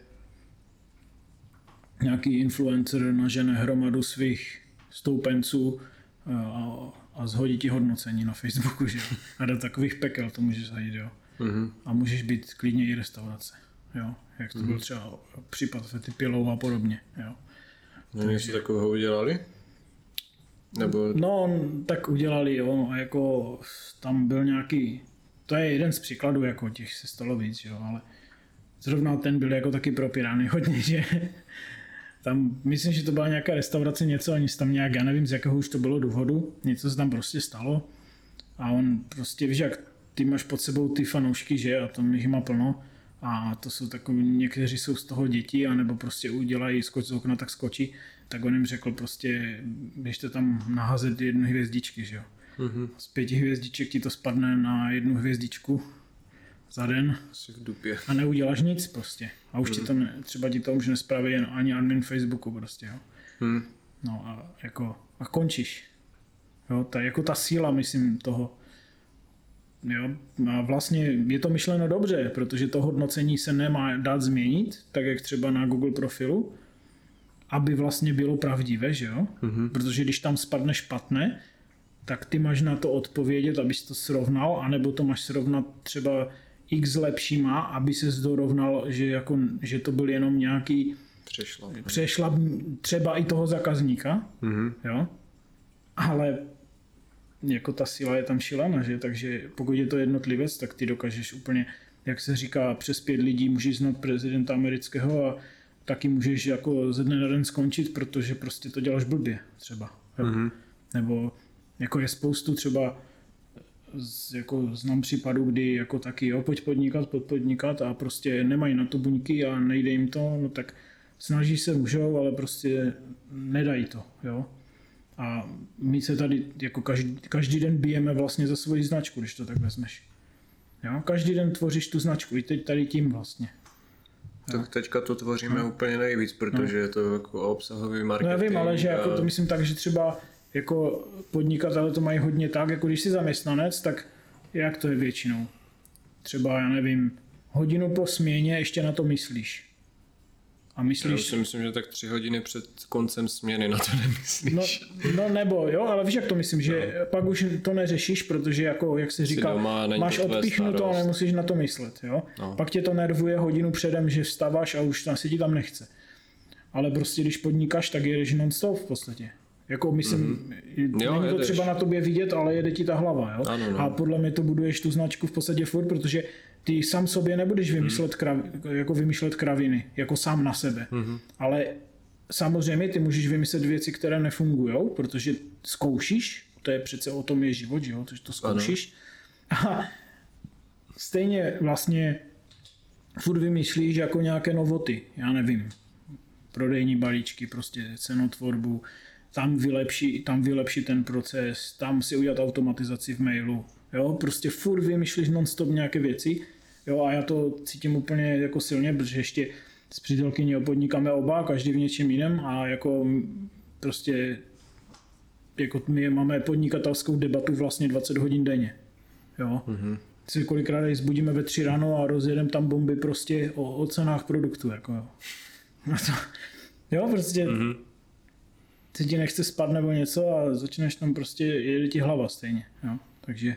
nějaký influencer nažene hromadu svých stoupenců a zhodí ti hodnocení na Facebooku, že jo. A do takových pekel to můžeš zajít, jo. A můžeš být klidně i restaurace, jo. Jak to byl třeba případ Fety Pilou a podobně, jo. No, něco takového udělali? Nebo... No, tak udělali, jo, a jako tam byl nějaký, to je jeden z příkladů, jako těch se stalo víc, jo, ale zrovna ten byl jako taky propíraný hodně, že tam, myslím, že to byla nějaká restaurace, něco, oni tam nějak, já nevím, z jakého už to bylo důvodu, něco se tam prostě stalo a on prostě, víš, jak ty máš pod sebou ty fanoušky, že, a tam jich má plno a to jsou takový, někteří jsou z toho děti, anebo prostě udělají skoč z okna, tak skočí, tak on jim řekl prostě, běžte tam naházet 1 hvězdičky, že jo. Z 5 hvězdiček ti to spadne na 1 hvězdičku za den. Asi v dupě. A neuděláš nic prostě. A už ti to třeba ti to už nespraví ani admin Facebooku prostě, jo. No a jako, a končíš. Jo, jako ta síla, myslím, toho. Jo, a vlastně je to myšleno dobře, protože to hodnocení se nemá dát změnit, tak jak třeba na Google profilu, aby vlastně bylo pravdivé, že jo? Protože když tam spadne špatné, tak ty máš na to odpovědět, abys to srovnal, anebo to máš srovnat třeba x lepšíma, aby se dorovnal, že to byl jenom nějaký přešlap třeba i toho zákazníka, jo? Ale jako ta síla je tam šílená, že? Takže pokud je to jednotlivec, tak ty dokážeš úplně, jak se říká, přes 5 lidí můžeš znát prezidenta amerického a taky můžeš jako ze dne na den skončit, protože prostě to děláš blbě třeba. Nebo jako je spoustu třeba jako znám případů, kdy jako taky jo, pojď podnikat a prostě nemají na to buňky a nejde jim to, no tak snaží se, můžou, ale prostě nedají to, jo. A my se tady jako každý den bijeme vlastně za svoji značku, když to tak vezmeš. Jo? Každý den tvoříš tu značku, i teď tady tím vlastně. Tak teďka to tvoříme úplně nejvíc, protože je to jako obsahový marketing. No já vím, ale že jako to myslím tak, že třeba jako podnikatelé to mají hodně tak, jako když jsi zaměstnanec, tak jak to je většinou? Třeba, já nevím, hodinu po směně ještě na to myslíš. A myslíš... Já si myslím, že tak 3 hodiny před koncem směny na to nemyslíš. No nebo jo, ale víš, jak to myslím, že pak už to neřešíš, protože jako, jak se říká, máš odpíchnuto a nemusíš na to myslet, jo. No. Pak tě to nervuje hodinu předem, že vstáváš a už asi ti tam nechce. Ale prostě když podnikáš, tak jedeš non-stop v podstatě. Jako myslím, není to třeba na tobě vidět, ale jede ti ta hlava, jo. Ano, no. A podle mě to buduješ tu značku v podstatě furt, protože ty sám sobě nebudeš vymýšlet kraviny, jako sám na sebe. Ale samozřejmě ty můžeš vymyslet věci, které nefungujou, protože zkoušíš, to je přece o tom je život, že jo, to zkoušíš. Ano. A stejně vlastně furt vymýšlíš jako nějaké novoty, já nevím, prodejní balíčky, prostě cenotvorbu, tam vylepší ten proces, tam si udělat automatizaci v mailu, jo, prostě furt vymýšlíš non-stop nějaké věci, jo, a já to cítím úplně jako silně, protože ještě s přítelkyní podnikáme oba, každý v něčem jiném a jako prostě jako my máme podnikatelskou debatu vlastně 20 hodin denně, jo. Si kolikrát zbudíme ve 3 ráno a rozjedeme tam bomby prostě o cenách produktů, jako jo. Jo, prostě se ti nechce spát nebo něco a začneš tam prostě, jede ti hlava stejně, jo, takže...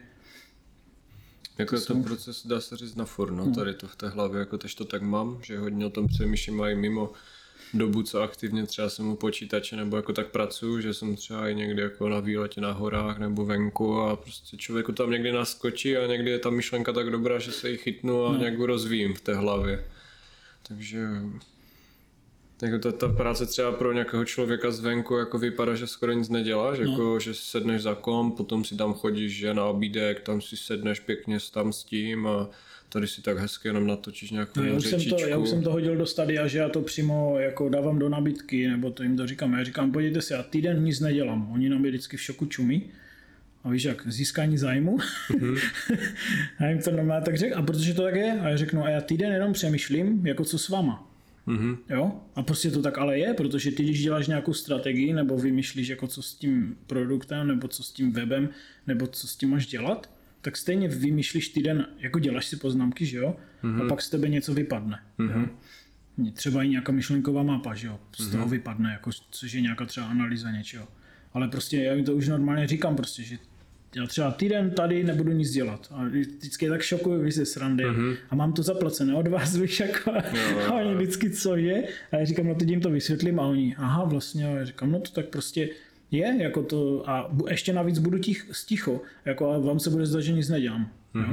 Jako to proces dá se říct na furt, no, tady to v té hlavě, jako tež to tak mám, že hodně o tom přemýšlím i mimo dobu, co aktivně třeba jsem u počítače nebo jako tak pracuju, že jsem třeba i někdy jako na výletě na horách nebo venku a prostě člověku tam někdy naskočí a někdy je ta myšlenka tak dobrá, že se jí chytnu a nějak rozvíjím v té hlavě. Takže Jako ta práce třeba pro nějakého člověka zvenku jako vypadá, že skoro nic neděláš, jako že sedneš za komp, potom si tam chodíš že na obídek, tam si sedneš pěkně tam s tím a tady si tak hezky jenom natočíš nějakou řečičku. Já už jsem to hodil do stadia, že já to přímo jako dávám do nabídky, nebo to jim to říkám. Já říkám, podívejte se, já týden nic nedělám. Oni na mě vždycky v šoku čumí. A víš jak, získání zájmu. A jim to normálně tak řekl, a protože to tak je, a já řeknu, a já týden jenom přemýšlím, jako co s váma. Jo? A prostě to tak ale je, protože ty, když děláš nějakou strategii, nebo vymýšlíš, jako co s tím produktem, nebo co s tím webem, nebo co s tím máš dělat, tak stejně vymýšlíš týden, jako děláš si poznámky, že jo? A pak z tebe něco vypadne. Jo? Třeba i nějaká myšlenková mapa, že jo? Z toho vypadne, jako, což je nějaká třeba analýza něčeho. Ale prostě já jim to už normálně říkám prostě, že já třeba týden tady nebudu nic dělat. A vždycky je tak šokuju, když se srandy. A mám to zaplacené od vás, víš, jako. A oni vždycky co je. A já říkám, no teď jim to vysvětlím a oni, aha, vlastně. A já říkám, no to tak prostě je, jako to. A ještě navíc budu sticho, jako a vám se bude zdát, že nic nedělám.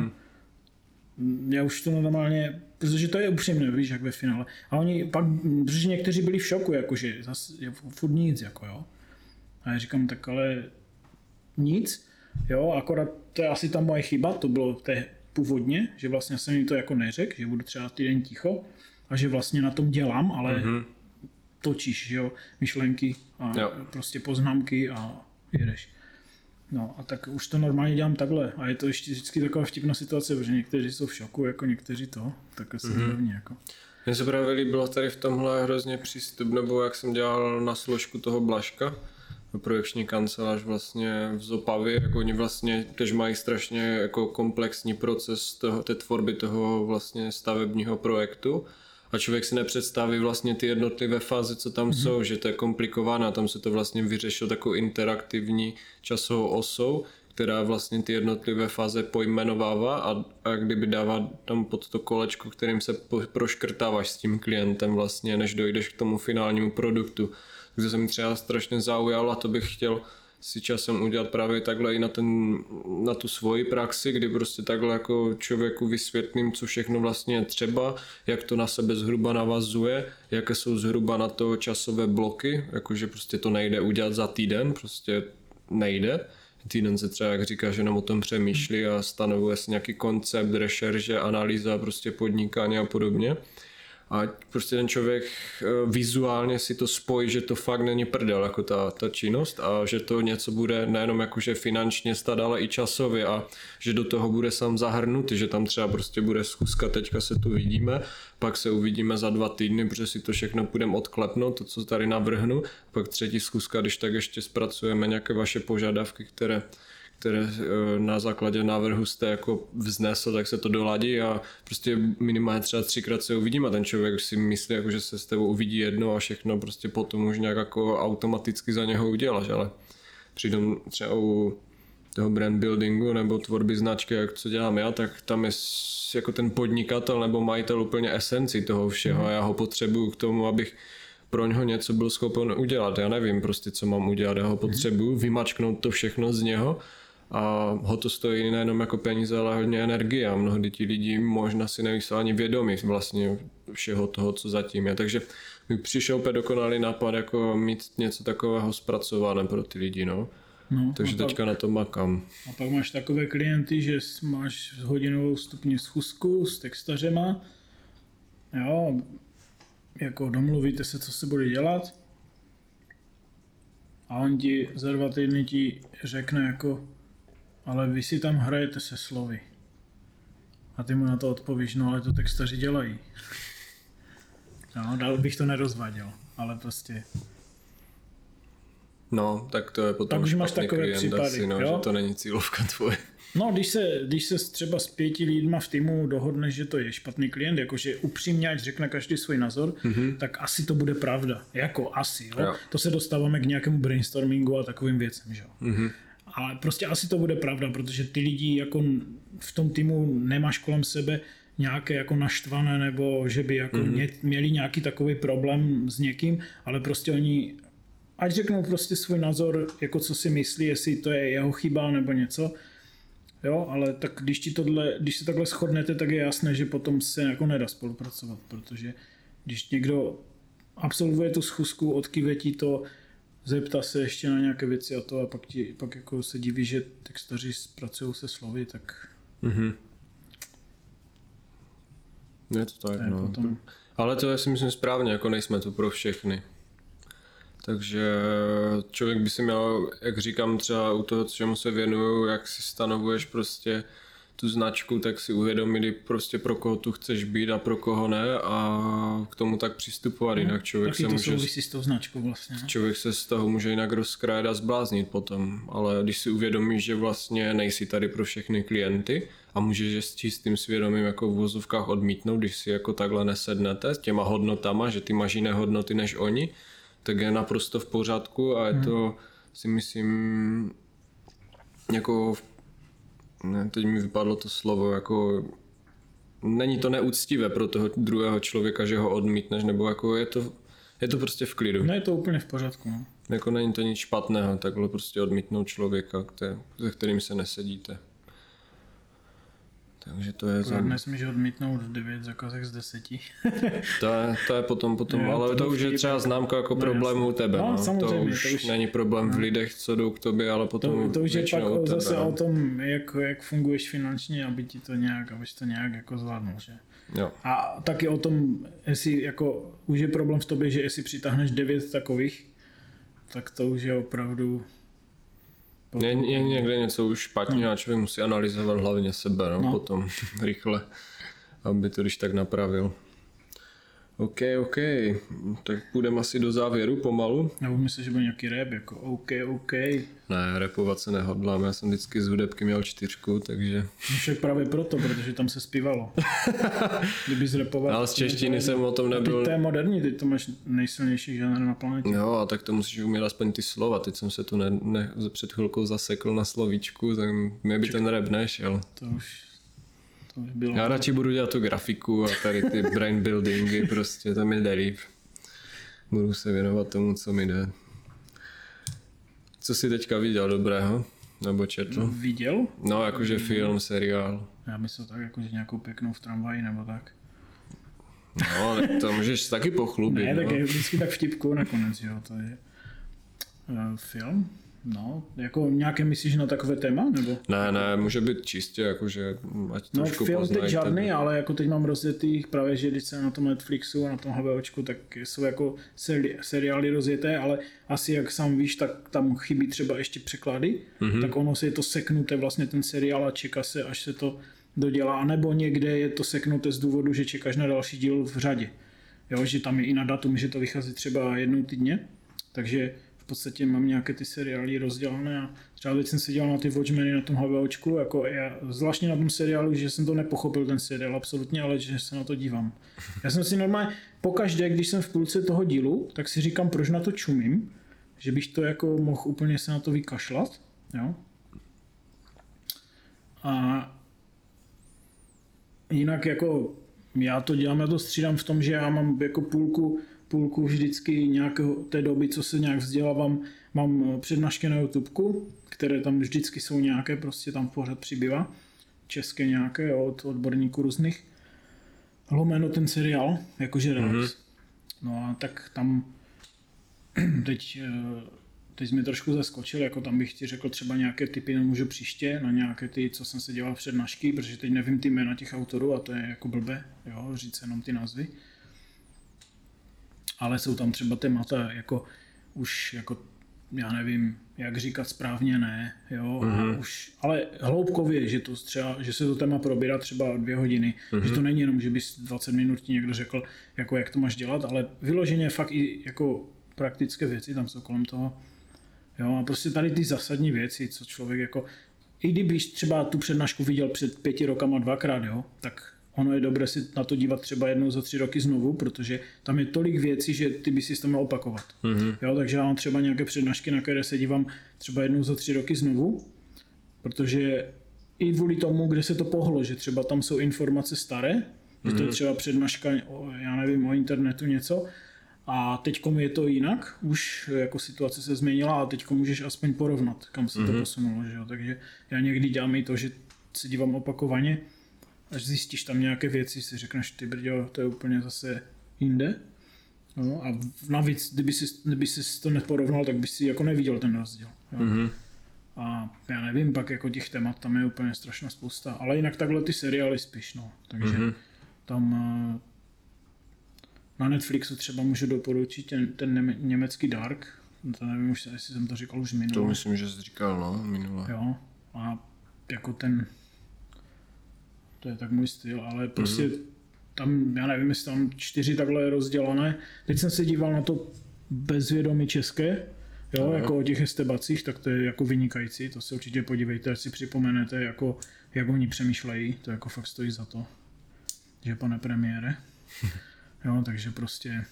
Já už to normálně, protože to je upřímné, víš, jak ve finále. A oni pak, protože někteří byli v šoku, jakože zase je furt nic, jako jo. A já říkám, tak ale nic, jo, akorát to je asi ta moje chyba, to bylo té původně, že vlastně jsem jim to jako neřekl, že budu třeba týden ticho a že vlastně na tom dělám, ale točíš, jo, myšlenky a prostě poznámky a jedeš. No a tak už to normálně dělám takhle a je to ještě vždycky taková vtipná situace, protože někteří jsou v šoku, jako někteří to, tak asi hlavně jako. Mně se právě líbilo tady v tomhle hrozně přístup, nebo jak jsem dělal na složku toho Blažka, projekční kancelář vlastně v Zopavě, jako oni vlastně tež mají strašně jako komplexní proces té tvorby toho vlastně stavebního projektu a člověk si nepředstaví vlastně ty jednotlivé fáze, co tam jsou, že to je komplikované, tam se to vlastně vyřešilo takovou interaktivní časovou osou, která vlastně ty jednotlivé fáze pojmenovává a kdyby dává tam pod to kolečko, kterým se proškrtáváš s tím klientem vlastně, než dojdeš k tomu finálnímu produktu. Takže se mi třeba strašně zaujalo a to bych chtěl si časem udělat právě takhle i na tu svoji praxi, kdy prostě takhle jako člověku vysvětlím, co všechno vlastně je třeba, jak to na sebe zhruba navazuje, jaké jsou zhruba na to časové bloky, jakože prostě to nejde udělat za týden, prostě nejde. Týden se třeba, jak říkáš, jenom o tom přemýšlí a stanovuje si nějaký koncept, rešerže, analýza, prostě podnikání a podobně. A prostě ten člověk vizuálně si to spojí, že to fakt není prdel jako ta činnost a že to něco bude nejenom jakože finančně stát, ale i časově a že do toho bude sám zahrnutý, že tam třeba prostě bude schůzka, teďka se tu vidíme, pak se uvidíme za 2 týdny, protože si to všechno půjdeme odklepnout, to, co tady navrhnu, pak třetí schůzka, když tak ještě zpracujeme nějaké vaše požadavky, které na základě návrhu jste jako vznesl, tak se to doladí a prostě minimálně třeba 3krát se uvidím a ten člověk si myslí, jako, že se s tebou uvidí jedno a všechno prostě potom už nějak jako automaticky za něho uděláš, ale přijdem třeba u toho brand buildingu nebo tvorby značky, jak co dělám já, tak tam je jako ten podnikatel nebo majitel úplně esenci toho všeho a já ho potřebuju k tomu, abych pro něho něco byl schopen udělat. Já nevím prostě, co mám udělat, já ho potřebuju vymačknout to všechno z něho a ho to stojí nejenom jako peníze, ale hodně energie a mnohdy ti lidi možná si nejsou ani vědomí vlastně všeho toho, co zatím je. Takže mi přišel úplně dokonalý nápad jako mít něco takového zpracované pro ty lidi, no. Takže teďka na to makám. A pak máš takové klienty, že máš hodinovou vstupní schůzku s textařema, jo, jako domluvíte se, co se bude dělat a on ti za 2 týdny ti řekne jako, ale vy si tam hrajete se slovy. A ty mu na to odpovíš, no ale to textaři dělají. No, dál bych to nerozváděl, ale prostě. No, tak to je potom tak už máš takové případy, asi, no, že to není cílovka tvoje. No, když se třeba s 5 lidma v týmu dohodne, že to je špatný klient, jakože upřímně, ať řekne každý svůj názor, tak asi to bude pravda. Jako asi, jo? To se dostáváme k nějakému brainstormingu a takovým věcem, že jo. Ale prostě asi to bude pravda, protože ty lidi jako v tom týmu nemáš kolem sebe nějaké jako naštvané, nebo že by jako měli nějaký takový problém s někým, ale prostě oni ať řeknou prostě svůj názor, jako co si myslí, jestli to je jeho chyba nebo něco. Jo, ale tak když se takhle shodnete, tak je jasné, že potom se jako nedá spolupracovat, protože když někdo, absolvuje tu schůzku, odkyve ti to, zeptá se ještě na nějaké věci a to a pak jako se diví, že textaři pracují se slovy, tak Je to tak, to je no. potom... Ale to je si myslím správně, jako nejsme tu pro všechny. Takže člověk by si měl, jak říkám třeba u toho, čemu se věnuju, jak si stanovuješ prostě tu značku, tak si uvědomit prostě pro koho tu chceš být a pro koho ne a k tomu tak přistupovat, jinak člověk Taky se to může... souvisí s tou značkou vlastně. Ne? Člověk se z toho může jinak rozkrájet a zbláznit potom, ale když si uvědomíš, že vlastně nejsi tady pro všechny klienty a můžeš je s čistým svědomím jako v vozovkách odmítnout, když si jako takhle nesednete s těma hodnotama, že ty máš jiné hodnoty než oni, tak je naprosto v pořádku a je to si myslím jako ne, teď mi vypadlo to slovo, jako není to neúctivé pro toho druhého člověka, že ho odmítneš, nebo jako je to prostě v klidu. No je to úplně v pořádku. No. Jako není to nic špatného, takhle prostě odmítnout člověka, se kterým se nesedíte. Takže to je... Nesmíš odmítnout 9 zakázek z 10. To je potom, Jo, ale to už je třeba známka jako problému u tebe. No, No. To už není problém v lidech, co jdou k tobě, ale potom to už je pak od tebe, zase no. o tom, jak funguješ finančně, abys to nějak jako zvládnul, že? Jo. A taky o tom, jestli jako už je problém v tobě, že jestli přitáhneš 9 takových, tak to už je opravdu... Je někde něco už špatně a člověk musí analyzovat hlavně sebe, no. Potom rychle, aby to když tak napravil. OK, tak půjdeme asi do závěru pomalu. Nebo myslím, že byl nějaký rap, jako OK. Ne, rapovat se nehodlám, já jsem vždycky z hudebky měl 4, takže... No však právě proto, protože tam se zpívalo. Kdyby zrapoval... Ale z češtiny jsem o tom nebyl... Teď to je moderní, teď to máš nejsilnější žánr na planetě. Jo, a tak to musíš umět aspoň ty slova, teď jsem se tu před chvilkou zasekl na slovíčku, tak mě by ten rap nešel. To už bylo... Já radši budu dělat tu grafiku a tady ty brain buildingy, prostě to mi jde líp. Budu se věnovat tomu, co mi jde. Co jsi teďka viděl dobrého? Nebo četl? Viděl? No, jakože film, seriál. Já myslel tak, jakože nějakou pěknou v tramvaji nebo tak. No, to můžeš taky pochlubit. Ne, no. tak je vždycky tak vtipku nakonec, jo, to je film. No, jako nějaké myslíš na takové téma, nebo? Ne, může být čistě, jakože ať No trošku film poznají teď žádný, tebe. ale jako teď mám rozjetých právě, že když jsem na tom Netflixu a na tom HBOčku, tak jsou jako seriály rozjeté, ale asi jak sám víš, tak tam chybí třeba ještě překlady, tak ono se je to seknuté vlastně ten seriál a čeká se, až se to dodělá, anebo někde je to seknuté z důvodu, že čekáš na další díl v řadě. Jo, že tam je i na datum, že to vychází třeba jednou týdně, takže v podstatě mám nějaké ty seriály rozdělané a třeba teď jsem se dělal na ty Watchmeny na tom HBOčku, jako já, zvláštně na tom seriálu, že jsem to nepochopil ten seriál absolutně, ale že se na to dívám. Já jsem si normálně pokaždé, když jsem v půlce toho dílu, tak si říkám, proč na to čumím, že bych to jako mohl úplně se na to vykašlat, jo. A jinak jako já to střídám v tom, že já mám jako půlku vždycky nějakého té doby, co se nějak vzdělávám, mám přednášky na YouTubeku, které tam vždycky jsou nějaké, prostě tam pořád přibývá, české nějaké od odborníků různých. Lomeno ten seriál, jakože relax. No a tak tam teď jsi mi trošku zaskočil, jako tam bych ti řekl třeba nějaké tipy, nemůžu příště na nějaké ty, co jsem se dělal přednášky, protože teď nevím ty jména těch autorů a to je jako blbé, jo, říct jenom ty názvy. Ale jsou tam třeba témata, jako už jako já nevím, jak říkat správně ne, jo, už, ale hloubkově, že se to téma probírá třeba 2 hodiny, že to není jenom, že bys 20 minut ti někdo řekl, jako jak to máš dělat, ale vyloženě fakt i jako praktické věci tam jsou kolem toho. Jo, a prostě tady ty zásadní věci, co člověk jako, i kdybyš třeba tu přednášku viděl před 5 rokama 2krát, jo, tak ono je dobré si na to dívat třeba jednou za 3 roky znovu, protože tam je tolik věcí, že ty bys si to měl opakovat. Jo, takže já mám třeba nějaké přednášky, na které se dívám třeba jednou za 3 roky znovu, protože i kvůli tomu, kde se to pohlo, že třeba tam jsou informace staré, že to je třeba přednáška, já nevím, o internetu něco, a teďkom je to jinak, už jako situace se změnila a teďko můžeš aspoň porovnat, kam se to posunulo, že jo? Takže já někdy dělám i to, že se dívám opakovaně, až zjistíš tam nějaké věci, si řekneš, ty brďo, to je úplně zase jinde. No, a navíc, kdyby si to neporovnal, tak bys si jako neviděl ten rozdíl. Jo. A já nevím, pak jako těch témat tam je úplně strašná spousta, ale jinak takhle ty seriály spíš, no. Takže tam na Netflixu třeba můžu doporučit ten německý Dark, to nevím už, jestli jsem to říkal už minule. To myslím, že jsi říkal, no, minule. Jo, a jako to je tak můj styl, ale prostě tam, já nevím, jestli tam 4 takhle rozdělané. Teď jsem se díval na to Bezvědomí české, jo, jako o těch estebacích, tak to je jako vynikající, to se určitě podívejte, až si připomenete, jako, jak oni přemýšlejí, to jako fakt stojí za to, že pane premiére. Jo, takže prostě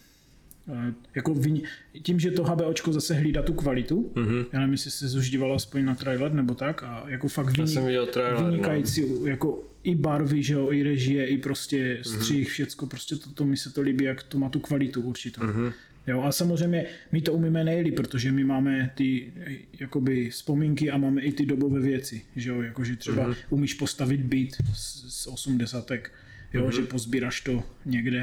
jako tím, že to HBOčko zase hlídá tu kvalitu, já nevím, jestli jsi už díval aspoň na trailer nebo tak, a jako fakt vynikající, jako i barvy, že jo, i režie, i prostě střih, všecko, prostě to mi se to líbí, jak to má tu kvalitu určitou. Jo, a samozřejmě my to umíme nejlíp, protože my máme ty jakoby vzpomínky a máme i ty dobové věci, že jo, jakože třeba umíš postavit beat z 80, jo, že pozbíraš to někde.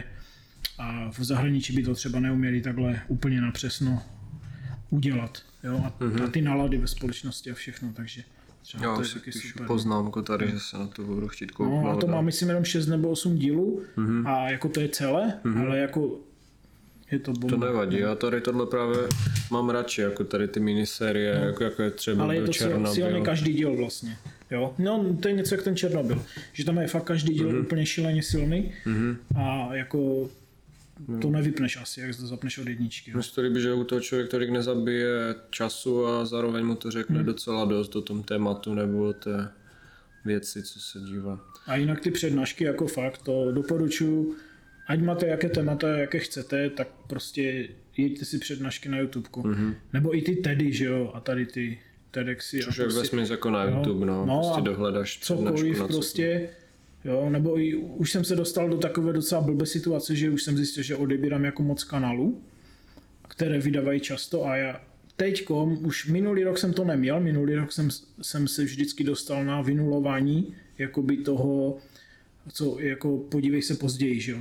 A v zahraničí by to třeba neuměli takhle úplně napřesno udělat. Jo? A ty nálady ve společnosti a všechno, takže třeba já to je si taky píšu super. poznámku tady, že se na to budu chtít kouknout. No a to má myslím jenom 6 nebo 8 dílů a jako to je celé, ale jako je to bomba. To nevadí, já tady tohle právě mám radši, jako tady ty minisérie, jako je třeba ale je to silný každý díl vlastně. Jo? No to je něco jak ten Černobyl, že tam je fakt každý díl úplně šíleně silný a jako to nevypneš asi, jak to zapneš od jedničky. Mně se to líbí, že u toho člověk tolik nezabije času a zároveň mu to řekne docela dost o tom tématu nebo o té věci, co se dívá. A jinak ty přednášky jako fakt, to doporučuji, ať máte jaké témata, jaké chcete, tak prostě jeďte si přednášky na YouTubeku. Nebo i ty TEDy, že jo, a tady ty TEDxy. Což je vesměs jako na YouTube, no prostě dohledáš cokoliv prostě. Jo, nebo i už jsem se dostal do takové docela blbé situace, že už jsem zjistil, že odebírám jako moc kanálů, které vydávají často a já teďkom, už minulý rok jsem to neměl, minulý rok jsem se vždycky dostal na vynulování jakoby toho, co jako podívej se později, že jo,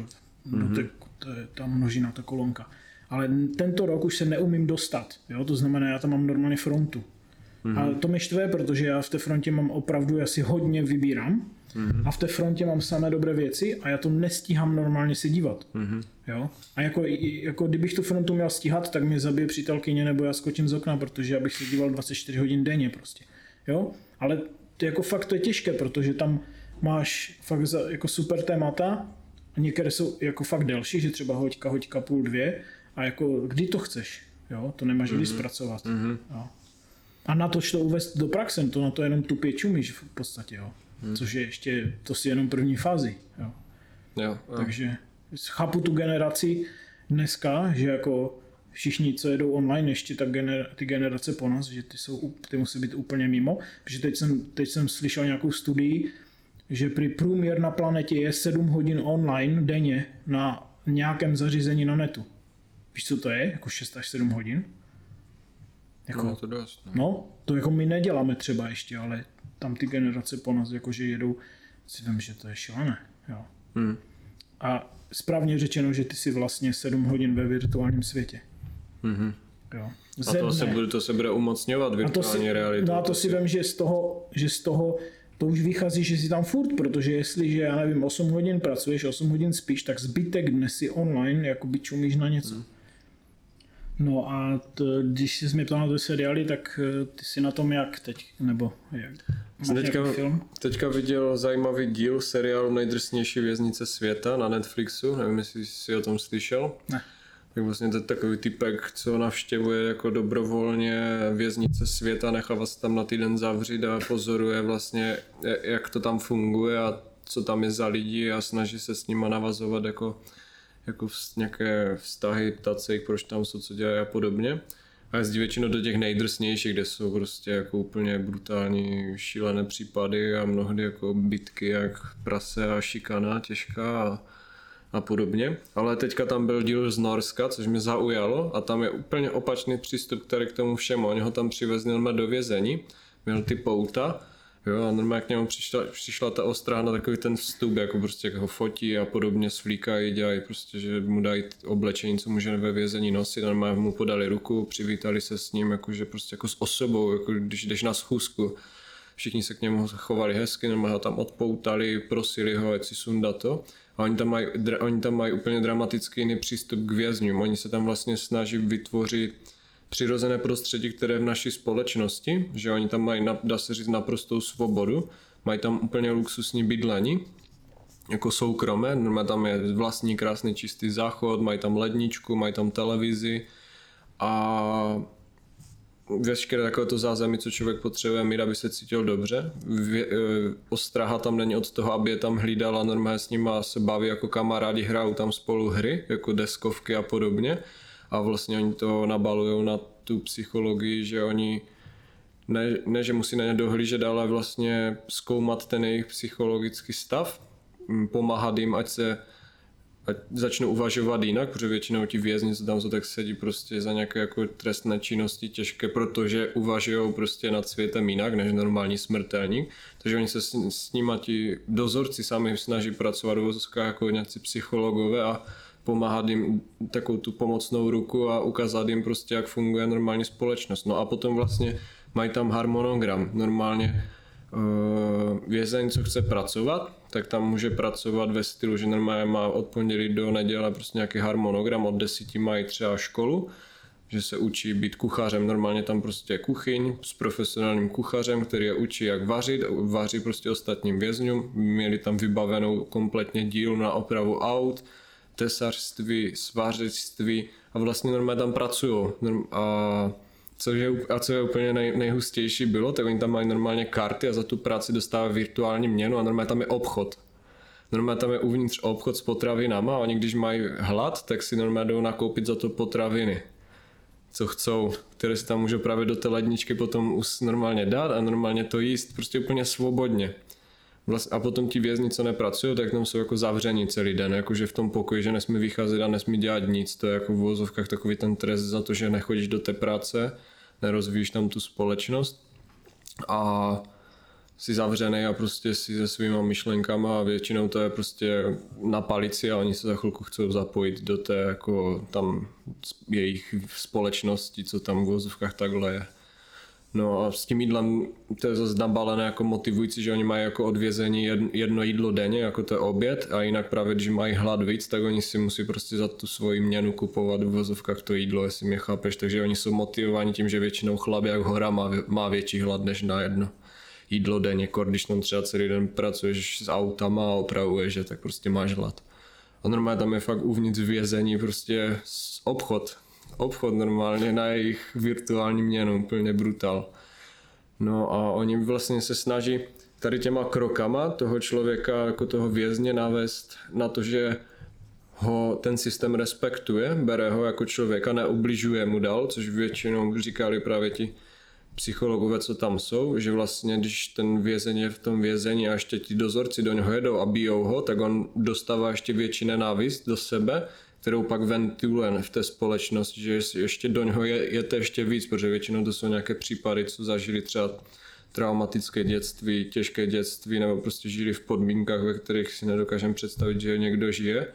to je ta množina, ta kolonka. Ale tento rok už se neumím dostat, jo, to znamená, já tam mám normálně frontu. A to mě štve, protože já v té frontě mám opravdu, já si hodně vybírám a v té frontě mám samé dobré věci a já to nestíhám normálně se dívat. Jo? A jako kdybych tu frontu měl stíhat, tak mě zabije přítelkyně nebo já skočím z okna, protože já bych se díval 24 hodin denně prostě. Jo? Ale to jako fakt to je těžké, protože tam máš fakt jako super témata, některé jsou jako fakt delší, že třeba hoďka, půl, 2 a jako kdy to chceš, jo? To nemáš kdy zpracovat. Jo? A na to uvést do praxe, to na to jenom tupě čumíš v podstatě, jo. Což je ještě, to si jenom první fázi, jo. Jo. Takže chápu tu generaci dneska, že jako všichni, co jedou online, ještě ty generace po nás, že ty musí být úplně mimo, protože teď jsem slyšel nějakou studii, že průměr na planetě je 7 hodin online denně na nějakém zařízení na netu. Víš, co to je? Jako 6 až 7 hodin? Jako, no, to dost, ne? No, to jako my neděláme třeba ještě, ale tam ty generace po nás jakože jedou, si vím, že to je šílené. Jo. A správně řečeno, že ty si vlastně 7 hodin ve virtuálním světě. Jo. A to se bude umocňovat virtuální realitu. No a to si vím, že z toho to už vychází, že si tam furt, protože jestliže, já nevím, 8 hodin pracuješ, 8 hodin spíš, tak zbytek dne si online jakoby čumíš na něco. No a když jsi mě ptal na ty seriály, tak ty jsi na tom jak teď, nebo jak? Teďka viděl zajímavý díl seriálu Nejdrsnější věznice světa na Netflixu, nevím, jestli jsi o tom slyšel. Ne. Tak vlastně to je takový typek, co navštěvuje jako dobrovolně věznice světa, nechává se tam na týden zavřít a pozoruje vlastně, jak to tam funguje a co tam je za lidi a snaží se s nima navazovat jako nějaké vztahy, ptát se jich, proč tam jsou, co dělají a podobně. A jezdí většinou do těch nejdrsnějších, kde jsou prostě jako úplně brutální, šílené případy a mnohdy jako bitky jak prase a šikana těžká a podobně. Ale teďka tam byl díl z Norska, což mě zaujalo a tam je úplně opačný přístup, který k tomu všemu. Oni ho tam přivezli do vězení, měl ty pouta, Jo, a normálně k němu přišla ta ostraha na takový ten vstup, jako prostě jak ho fotí a podobně, svlíkají, dělají prostě, že mu dají oblečení, co může ve vězení nosit, normálně mu podali ruku, přivítali se s ním, jakože prostě jako s osobou, jako když jdeš na schůzku. Všichni se k němu chovali hezky, normálně ho tam odpoutali, prosili ho, ať si sundá to. A oni tam mají úplně dramatický jiný přístup k vězňům. Oni se tam vlastně snaží vytvořit přirozené prostředí, které je v naší společnosti, že oni tam mají, dá se říct, naprostou svobodu. Mají tam úplně luxusní bydlení, jako soukromé, normálně tam je vlastní krásný čistý záchod, mají tam ledničku, mají tam televizi a veškeré takové to zázemí, co člověk potřebuje mít, aby se cítil dobře. Ostraha tam není od toho, aby je tam hlídala, normálně s nima se baví jako kamarádi, hrajou tam spolu hry, jako deskovky a podobně. A vlastně oni to nabalujou na tu psychologii, že oni ne že musí na ně dohlížet, ale vlastně zkoumat ten jejich psychologický stav, pomáhat jim, ať začnou uvažovat jinak, protože většinou ti vězni, co tam jsou, tak sedí prostě za nějaké jako trestné činnosti těžké, protože uvažují prostě nad světem jinak než normální smrtelník. Takže oni se s nima ti dozorci sami snaží pracovat jako nějací psychologové a pomáhat jim takovou tu pomocnou ruku a ukázat jim prostě, jak funguje normální společnost. No a potom vlastně mají tam harmonogram. Normálně vězeň, co chce pracovat, tak tam může pracovat ve stylu, že normálně má od pondělí do neděle prostě nějaký harmonogram, od 10 mají třeba školu, že se učí být kuchařem, normálně tam prostě je kuchyň s profesionálním kuchařem, který je učí jak vařit, vaří prostě ostatním vězňům, měli tam vybavenou kompletně dílu na opravu aut, tesařství, svařictví a vlastně normálně tam pracují. Co je úplně nejhustější bylo, tak oni tam mají normálně karty a za tu práci dostávají virtuální měnu a normálně tam je obchod. Normálně tam je uvnitř obchod s potravinama a oni když mají hlad, tak si normálně jdou nakoupit za to potraviny, co chcou, které si tam můžou právě do té ledničky potom normálně dát a normálně to jíst, prostě úplně svobodně. A potom ti vězni, co nepracují, tak tam jsou jako zavření celý den, jakože v tom pokoji, že nesmí vycházet a nesmí dělat nic. To je jako v uvozovkách takový ten trest za to, že nechodíš do té práce, nerozvíjíš tam tu společnost a jsi zavřený a prostě si se svýma myšlenkama a většinou to je prostě na palici a oni se za chvilku chcou zapojit do té jako tam jejich společnosti, co tam v uvozovkách takhle je. No a s tím jídlem to je zase nabalené jako motivující, že oni mají jako odvězení jedno jídlo denně, jako to je oběd a jinak právě když mají hlad víc, tak oni si musí prostě za tu svoji měnu kupovat v vozovkách to jídlo, jestli mě chápeš, takže oni jsou motivováni tím, že většinou chlap jak hora má větší hlad než na jedno jídlo denně, když tam třeba celý den pracuješ s autama a opravuješ, že tak prostě máš hlad. A normálně tam je fakt uvnitř vězení prostě obchod normálně na jejich virtuální měnu, úplně brutál. No a oni vlastně se snaží tady těma krokama toho člověka, jako toho vězně navést na to, že ho ten systém respektuje, bere ho jako člověka, neubližuje mu dál, což většinou říkali právě ti psychologové, co tam jsou, že vlastně když ten vězeň je v tom vězení a ještě ti dozorci do něho jedou a bijou ho, tak on dostává ještě větší nenávist do sebe, kterou pak ventiluje v té společnosti, že ještě do něho je to ještě víc, protože většinou to jsou nějaké případy, co zažili třeba traumatické dětství, těžké dětství, nebo prostě žili v podmínkách, ve kterých si nedokážeme představit, že někdo žije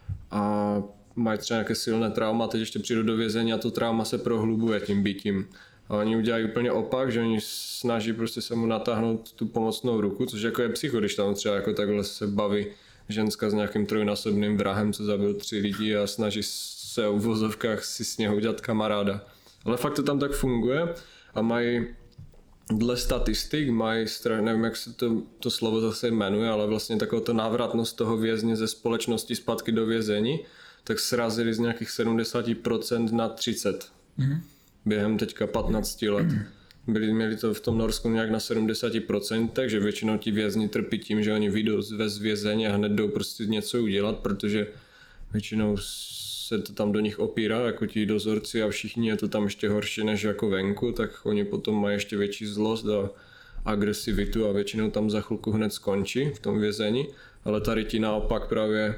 a mají třeba nějaké silné trauma, teď ještě přijdou do vězení a to trauma se prohlubuje tím bytím. A oni udělají úplně opak, že oni snaží prostě se mu natáhnout tu pomocnou ruku, což jako je psycho, když tam třeba jako takhle se baví ženská s nějakým trojnásobným vrahem, co zabil 3 lidi a snaží se v uvozovkách si s něho udělat kamaráda. Ale fakt to tam tak funguje a mají dle statistik, nevím jak se to slovo zase jmenuje, ale vlastně takovou to návratnost toho vězně ze společnosti zpátky do vězení, tak srazili z nějakých 70% na 30%. Během teďka 15 let. Měli to v tom Norsku nějak na 70%, takže většinou ti vězni trpí tím, že oni vyjdou z vězení a hned jdou prostě něco udělat, protože většinou se to tam do nich opírá, jako ti dozorci a všichni je to tam ještě horší než jako venku, tak oni potom mají ještě větší zlost a agresivitu a většinou tam za chvilku hned skončí v tom vězení, ale tady ti naopak právě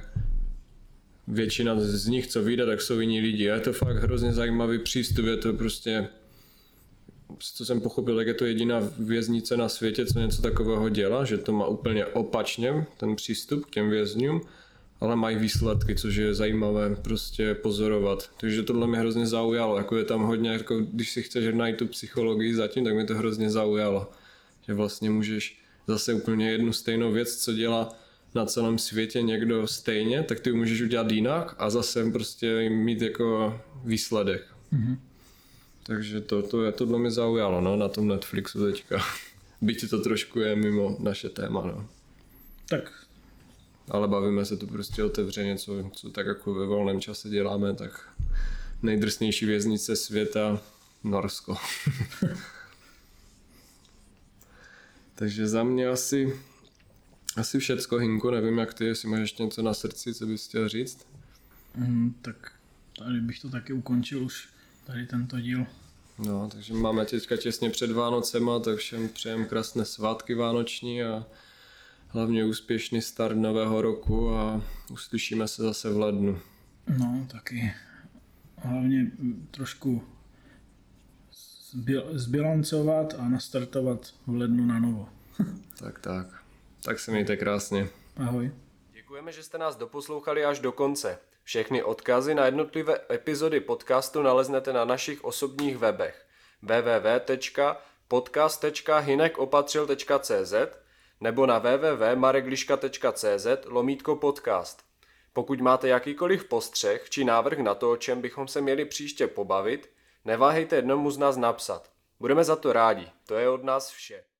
většina z nich, co vyjde, tak jsou jiní lidi. A je to fakt hrozně zajímavý přístup, je to prostě co jsem pochopil, tak je to jediná věznice na světě, co něco takového dělá, že to má úplně opačně ten přístup k těm vězňům, ale mají výsledky, což je zajímavé prostě pozorovat. Takže tohle mě hrozně zaujalo, jako je tam hodně, jako když si chceš najít tu psychologii zatím, tak mě to hrozně zaujalo. Že vlastně můžeš zase úplně jednu stejnou věc, co dělá na celém světě někdo stejně, tak ty ji můžeš udělat jinak a zase prostě mít jako výsledek. Mhm. Takže tohle mě zaujalo, no, na tom Netflixu teďka. Byť to trošku je mimo naše téma, no. Tak, Ale bavíme se tu prostě otevřeně, co tak jako ve volném čase děláme, tak nejdrsnější věznice světa, Norsko. Takže za mě asi všecko, Hinku, nevím jak ty, jestli máš ještě něco na srdci, co bys chtěl říct? tak tady bych to taky ukončil už, tady tento díl. No, takže máme teďka těsně před Vánocema, tak všem přejem krásné svátky vánoční a hlavně úspěšný start nového roku a uslyšíme se zase v lednu. No, taky hlavně trošku zbilancovat a nastartovat v lednu na novo. Tak. Tak se mějte krásně. Ahoj. Děkujeme, že jste nás doposlouchali až do konce. Všechny odkazy na jednotlivé epizody podcastu naleznete na našich osobních webech www.podcast.hynekopatřil.cz nebo na www.marekliška.cz/podcast. Pokud máte jakýkoliv postřeh či návrh na to, o čem bychom se měli příště pobavit, neváhejte jednomu z nás napsat. Budeme za to rádi. To je od nás vše.